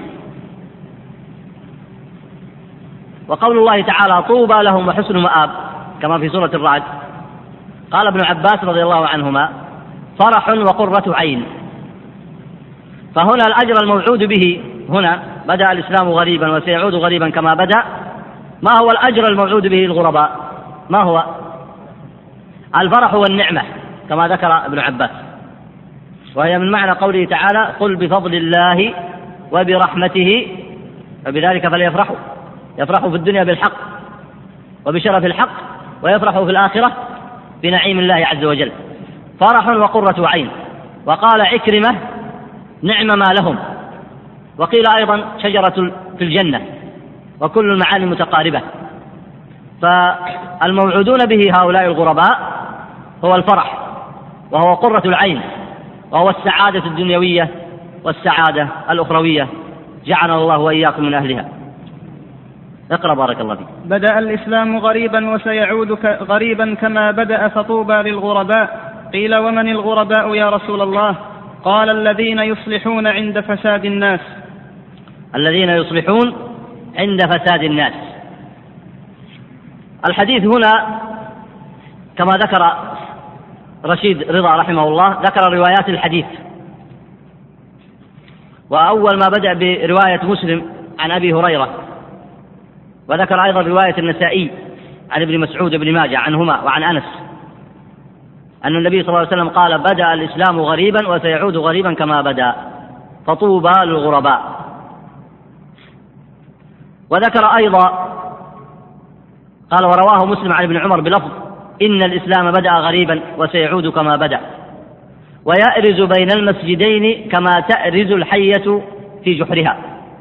S3: وقول الله تعالى طوبى لهم وحسن مآب كما في سورة الرعد، قال ابن عباس رضي الله عنهما فرح وقرة عين. فهنا الأجر الموعود به هنا بدأ الإسلام غريبا وسيعود غريبا كما بدأ. ما هو الأجر الموعود به للغرباء؟ ما هو؟ الفرح والنعمة كما ذكر ابن عباس، وهي من معنى قوله تعالى قل بفضل الله وبرحمته فبذلك فليفرحوا. يفرحوا في الدنيا بالحق وبشرف الحق، ويفرحوا في الآخرة بنعيم الله عز وجل. فرح وقرة عين. وقال عكرمة نعم ما لهم، وقيل أيضا شجرة في الجنة، وكل المعاني متقاربة. فالموعودون به هؤلاء الغرباء هو الفرح، وهو قرة العين، وهو السعادة الدنيوية والسعادة الأخروية، جعلنا الله وإياكم من أهلها. اقرأ بارك الله فيك.
S2: بدأ الإسلام غريبا وسيعود غريبا كما بدأ فطوبى للغرباء. قيل ومن الغرباء يا رسول الله؟ قال الذين يصلحون عند فساد الناس.
S3: الذين يصلحون عند فساد الناس. الحديث هنا كما ذكر رشيد رضا رحمه الله ذكر روايات الحديث، وأول ما بدأ برواية مسلم عن أبي هريرة، وذكر أيضا رواية النسائي عن ابن مسعود بن ماجه عنهما وعن أنس أن النبي صلى الله عليه وسلم قال بدأ الإسلام غريبا وسيعود غريبا كما بدأ فطوبى للغرباء. وذكر أيضا قال ورواه مسلم عن ابن عمر بلفظ إن الإسلام بدأ غريبا وسيعود كما بدأ ويأرز بين المسجدين كما تأرز الحية في جحرها.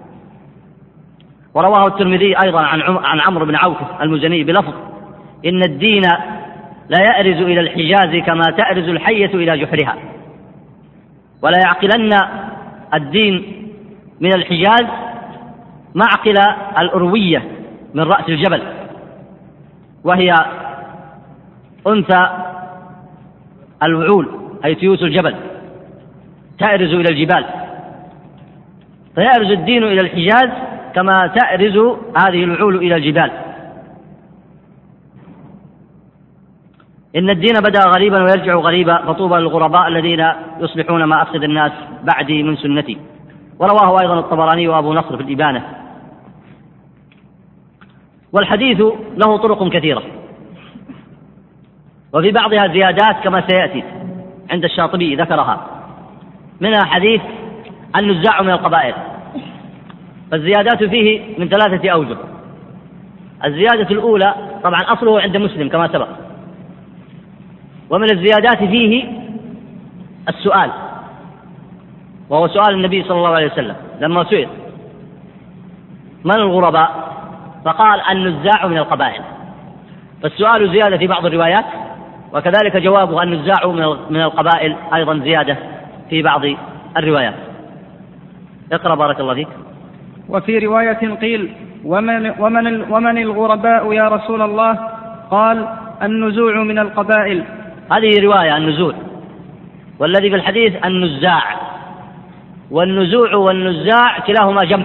S3: ورواه الترمذي أيضا عن عمرو بن عوف المزني بلفظ إن الدين لا يأرز إلى الحجاز كما تأرز الحية إلى جحرها. ولا يعقلن الدين من الحجاز معقل الأروية من رأس الجبل، وهي أنثى الوعول أي تيوس الجبل تأرز إلى الجبال، فيأرز الدين إلى الحجاز كما تأرز هذه الوعول إلى الجبال. إن الدين بدأ غريبا ويرجع غريبا فطوبى للغرباء الذين يصلحون ما أفسد الناس بعدي من سنتي. ورواه أيضا الطبراني وأبو نصر في الإبانة. والحديث له طرق كثيرة، وفي بعضها زيادات كما سيأتي عند الشاطبي ذكرها، منها حديث النزاع من القبائل، فالزيادات فيه من ثلاثة أوجه. الزيادة الأولى طبعا أصله عند مسلم كما سبق، ومن الزيادات فيه السؤال، وهو سؤال النبي صلى الله عليه وسلم لما سئل من الغرباء فقال النزاع من القبائل، فالسؤال زيادة في بعض الروايات، وكذلك جوابه النزاع من القبائل أيضا زيادة في بعض الروايات. اقرأ بارك الله فيك.
S2: وفي رواية قيل ومن, ومن, ومن الغرباء يا رسول الله؟ قال النزوع من القبائل.
S3: هذه رواية النزوع، والذي في الحديث النزاع، والنزوع والنزاع كلاهما جمع.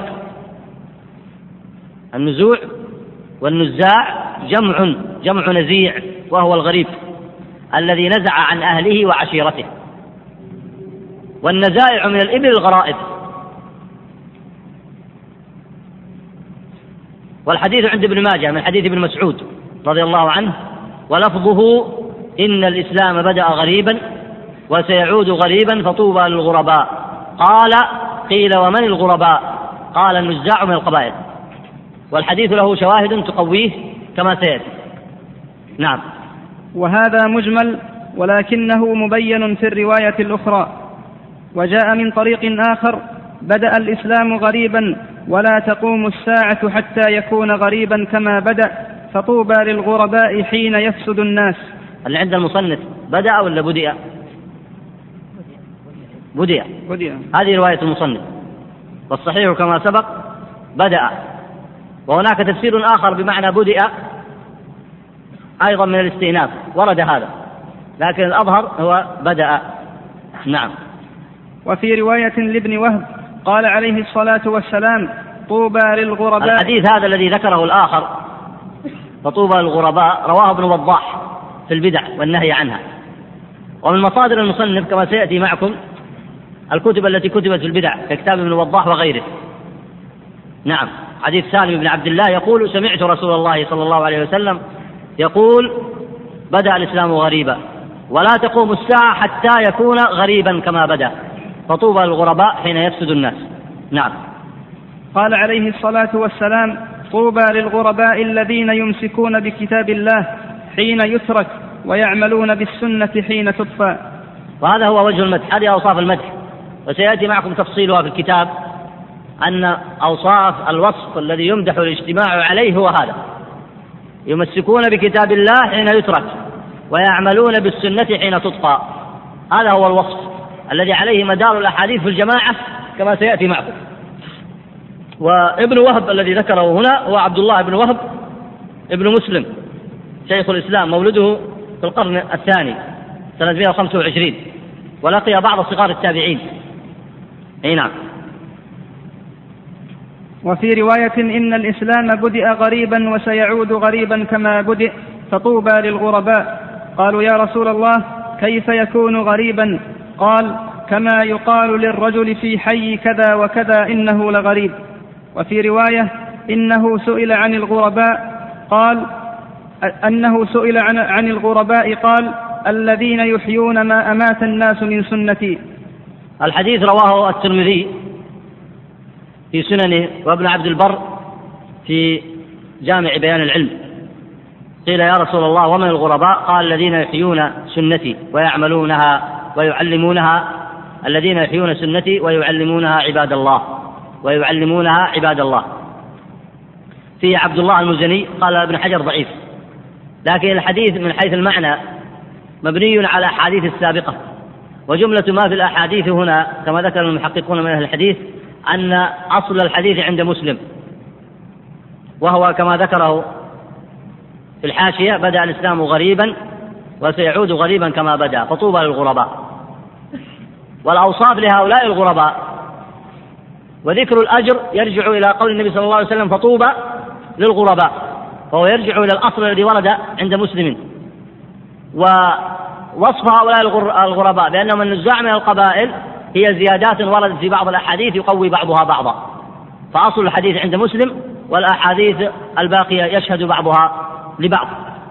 S3: النزوع والنزاع جمع جمع نزيع، وهو الغريب الذي نزع عن أهله وعشيرته. والنزائع من الإبل الغرائب. والحديث عند ابن ماجه من حديث ابن مسعود رضي الله عنه ولفظه إن الإسلام بدأ غريبا وسيعود غريبا فطوبى للغرباء. قال قيل ومن الغرباء؟ قال النزاع من القبائل. والحديث له شواهد تقويه كما سيأتي. نعم.
S2: وهذا مجمل ولكنه مبين في الرواية الأخرى. وجاء من طريق آخر بدأ الإسلام غريبا ولا تقوم الساعة حتى يكون غريبا كما بدأ فطوبى للغرباء حين يفسد الناس.
S3: اللي عند المصنف بدأ ولا بدأ؟ بدأ. بدأ. هذه رواية المصنف، والصحيح كما سبق بدأ. وهناك تفسير آخر بمعنى بدأ أيضا من الاستئناف، ورد هذا، لكن الأظهر هو بدأ. نعم.
S2: وفي رواية لابن وهب قال عليه الصلاة والسلام: طوبى للغرباء.
S3: الحديث هذا الذي ذكره الآخر فطوبى للغرباء رواه ابن وضاح في البدع والنهي عنها. ومن مصادر المصنف كما سيأتي معكم الكتب التي كتبت في البدع ككتاب ابن وضاح وغيره. نعم. حديث سالم بن عبد الله يقول: سمعت رسول الله صلى الله عليه وسلم يقول: بدأ الإسلام غريبا ولا تقوم الساعة حتى يكون غريبا كما بدأ، فطوبى للغرباء حين يفسد الناس. نعم.
S2: قال عليه الصلاة والسلام: طوبى للغرباء الذين يمسكون بكتاب الله حين يترك ويعملون بالسنة حين تطفى.
S3: وهذا هو وجه المدح، هذه أوصاف المدح، وسيأتي معكم تفصيلها في الكتاب، أن أوصاف الوصف الذي يمدح الاجتماع عليه هو هذا: يمسكون بكتاب الله حين يترك ويعملون بالسنة حين تطفى. هذا هو الوصف الذي عليه مدار الأحاديث في الجماعة كما سيأتي معكم. وابن وهب الذي ذكره هنا هو عبد الله بن وهب ابن مسلم شيخ الإسلام، مولده في القرن الثاني سنة مئة وخمسة وعشرين، ولقي بعض صغار التابعين. أي نعم.
S2: وفي رواية: إن الإسلام بدأ غريبا وسيعود غريبا كما بدأ، فطوبى للغرباء. قالوا: يا رسول الله، كيف يكون غريبا؟ قال: كما يقال للرجل في حي كذا وكذا إنه لغريب. وفي رواية: إنه سئل عن الغرباء قال أنه سئل عن, عن الغرباء قال: الذين يحيون ما أمات الناس من سنتي.
S3: الحديث رواه الترمذي في سننه وابن عبد البر في جامع بيان العلم. قيل: يا رسول الله، ومن الغرباء؟ قال: الذين يحيون سنتي ويعملونها ويعلمونها الذين يحيون سنتي ويعلمونها عباد الله ويعلمونها عباد الله. في عبد الله المزني قال ابن حجر ضعيف، لكن الحديث من حيث المعنى مبني على الأحاديث السابقة، وجملة ما في الأحاديث هنا كما ذكر المحققون من أهل الحديث أن أصل الحديث عند مسلم، وهو كما ذكره في الحاشية: بدأ الإسلام غريبا وسيعود غريبا كما بدأ، فطوبى للغرباء. والأوصاف لهؤلاء الغرباء وذكر الأجر يرجع إلى قول النبي صلى الله عليه وسلم: فطوبى للغرباء، فهو يرجع إلى الأصل الذي ورد عند مسلم. ووصف هؤلاء الغرباء بأنهم النزاع من القبائل هي زيادات وردت في بعض الأحاديث يقوي بعضها بعضا، فأصل الحديث عند مسلم، والأحاديث الباقية يشهد بعضها لبعض.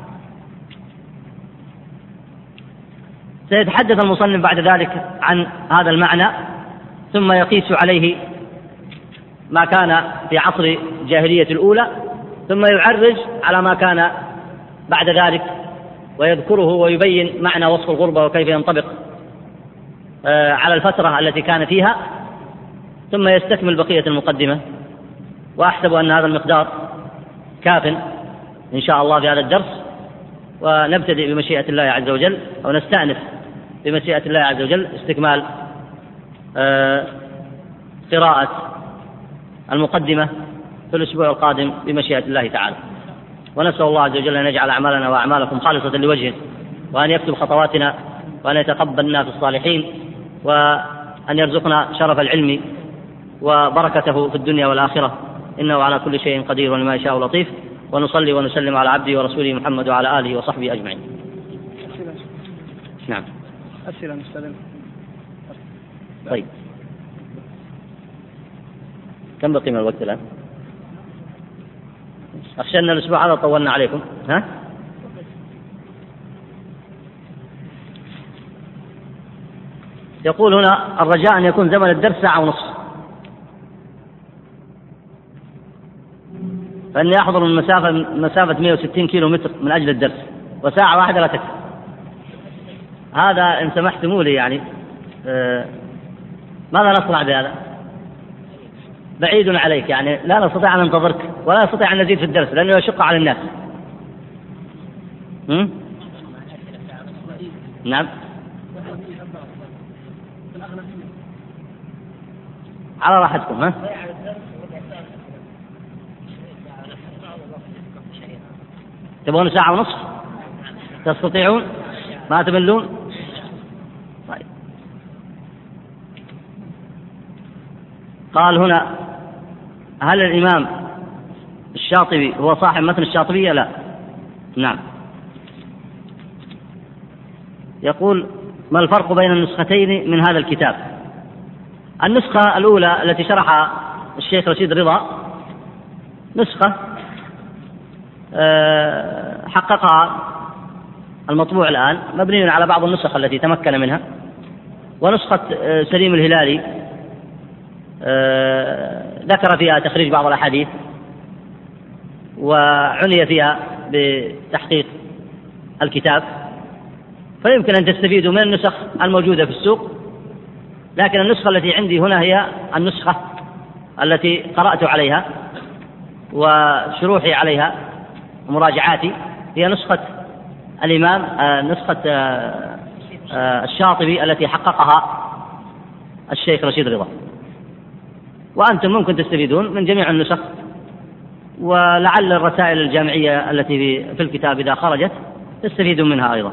S3: سيتحدث المصنف بعد ذلك عن هذا المعنى، ثم يقيس عليه ما كان في عصر الجاهلية الأولى، ثم يعرج على ما كان بعد ذلك ويذكره ويبين معنى وصف الغربة وكيف ينطبق على الفترة التي كان فيها، ثم يستكمل بقية المقدمة. وأحسب أن هذا المقدار كاف إن شاء الله في هذا الدرس، ونبتدئ بمشيئة الله عز وجل، أو نستأنف بمشيئة الله عز وجل استكمال قراءة المقدمة في الأسبوع القادم بمشيئة الله تعالى. ونسأل الله عز وجل أن يجعل أعمالنا وأعمالكم خالصة لوجهه، وأن يكتب خطواتنا، وأن يتقبلنا في الصالحين، وأن يرزقنا شرف العلم وبركته في الدنيا والآخرة، إنه على كل شيء قدير ولما يشاء لطيف. ونصلي ونسلم على عبده ورسوله محمد وعلى آله وصحبه أجمعين. نعم.
S2: أسئلة مستلم.
S3: طيب، كم بقي من الوقت الآن؟ أخشى أن الأسبوع هذا طولنا عليكم. ها؟ يقول هنا: الرجاء أن يكون زمن الدرس ساعة ونصف، فإني أحضر من مسافة مسافة مئة وستين كيلو متر من أجل الدرس، وساعة واحدة لا تكفي. هذا إن سمحتموا لي يعني آه ماذا نصنع بهذا؟ بعيد عليك، يعني لا نستطيع أن ننتظرك ولا نستطيع أن نزيد في الدرس لأنه يشق على الناس. هم؟ نعم، على راحتكم. ها؟ تبغون ساعة ونصف؟ تستطيعون؟ ما تملون؟ طيب. قال هنا: هل الإمام الشاطبي هو صاحب متن الشاطبية؟ لا. نعم. يقول: ما الفرق بين النسختين من هذا الكتاب؟ النسخة الأولى التي شرحها الشيخ رشيد رضا نسخة حققها المطبوع الآن، مبني على بعض النسخ التي تمكن منها، ونسخة سليم الهلالي ذكر فيها تخريج بعض الأحاديث وعني فيها بتحقيق الكتاب، فيمكن أن تستفيدوا من النسخ الموجودة في السوق. لكن النسخة التي عندي هنا هي النسخة التي قرأت عليها وشروحي عليها ومراجعاتي، هي نسخة الإمام نسخة الشاطبي التي حققها الشيخ رشيد رضا، وأنتم ممكن تستفيدون من جميع النسخ، ولعل الرسائل الجامعية التي في الكتاب إذا خرجت تستفيدون منها أيضا.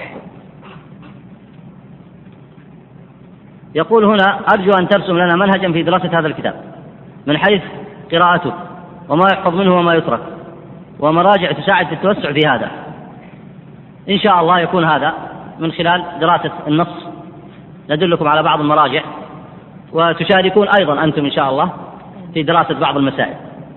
S3: يقول هنا: أرجو أن ترسم لنا منهجا في دراسة هذا الكتاب من حيث قراءته وما يحفظ منه وما يترك، ومراجع تساعد في التوسع في هذا. إن شاء الله يكون هذا من خلال دراسة النص، ندلكم على بعض المراجع، وتشاركون أيضا أنتم إن شاء الله في دراسة بعض المسائل.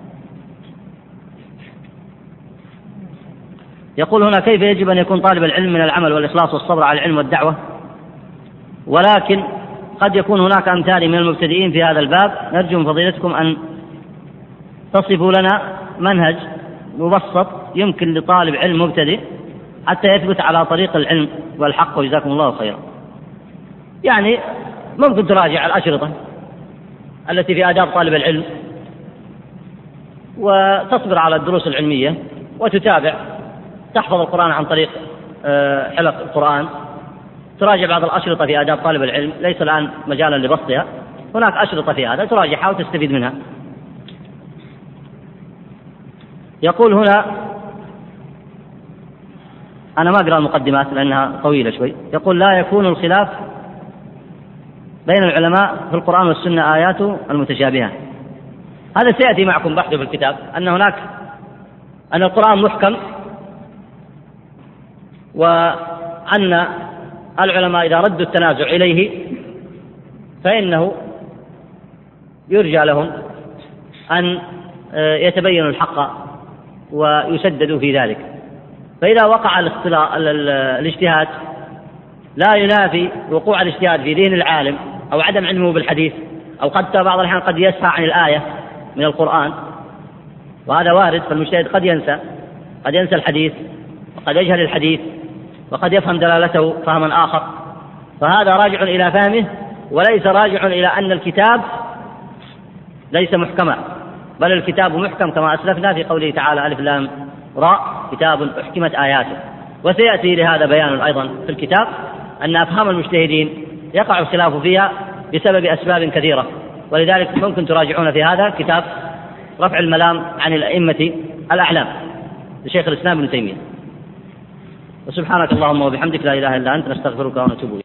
S3: يقول هنا: كيف يجب أن يكون طالب العلم من العمل والإخلاص والصبر على العلم والدعوة؟ ولكن قد يكون هناك أمثال من المبتدئين في هذا الباب، نرجو من فضيلتكم أن تصفوا لنا منهج مبسط يمكن لطالب علم مبتدئ حتى يثبت على طريق العلم والحق، وجزاكم الله خيرا. يعني ممكن تراجع الأشرطة التي في آداب طالب العلم، وتصبر على الدروس العلمية، وتتابع، تحفظ القرآن عن طريق حلق القرآن، تراجع بعض الأشرطة في آداب طالب العلم، ليس الآن مجالا لبسطها، هناك أشرطة في هذا تراجعها وتستفيد منها. يقول هنا: أنا ما أقرأ المقدمات لأنها طويلة شوي. يقول: لا يكون الخلاف بين العلماء في القرآن والسنة آياته المتشابهة. هذا سيأتي معكم بحثه في الكتاب، أن هناك أن القرآن محكم، وأن العلماء إذا ردوا التنازع إليه فإنه يرجى لهم أن يتبينوا الحق ويسددوا في ذلك. فإذا وقع الاجتهاد لا ينافي وقوع الاجتهاد في ذهن العالم أو عدم علمه بالحديث، أو قد بعض الأحيان قد يسهى عن الآية من القرآن، وهذا وارد، فالمجتهد قد ينسى قد ينسى الحديث، وقد يجهل الحديث، وقد يفهم دلالته فهما آخر، فهذا راجع إلى فهمه وليس راجع إلى أن الكتاب ليس محكما، بل الكتاب محكم كما أسلفنا في قوله تعالى: ألف لام راء كتاب أحكمت آياته. وسيأتي لهذا بيان أيضا في الكتاب، أن أفهام المجتهدين يقع الخلاف فيها بسبب أسباب كثيرة، ولذلك ممكن تراجعون في هذا كتاب رفع الملام عن الأئمة الأعلام لشيخ الإسلام ابن تيمية. وسبحانك اللهم وبحمدك لا إله إلا أنت، نستغفرك ونتوب إليك.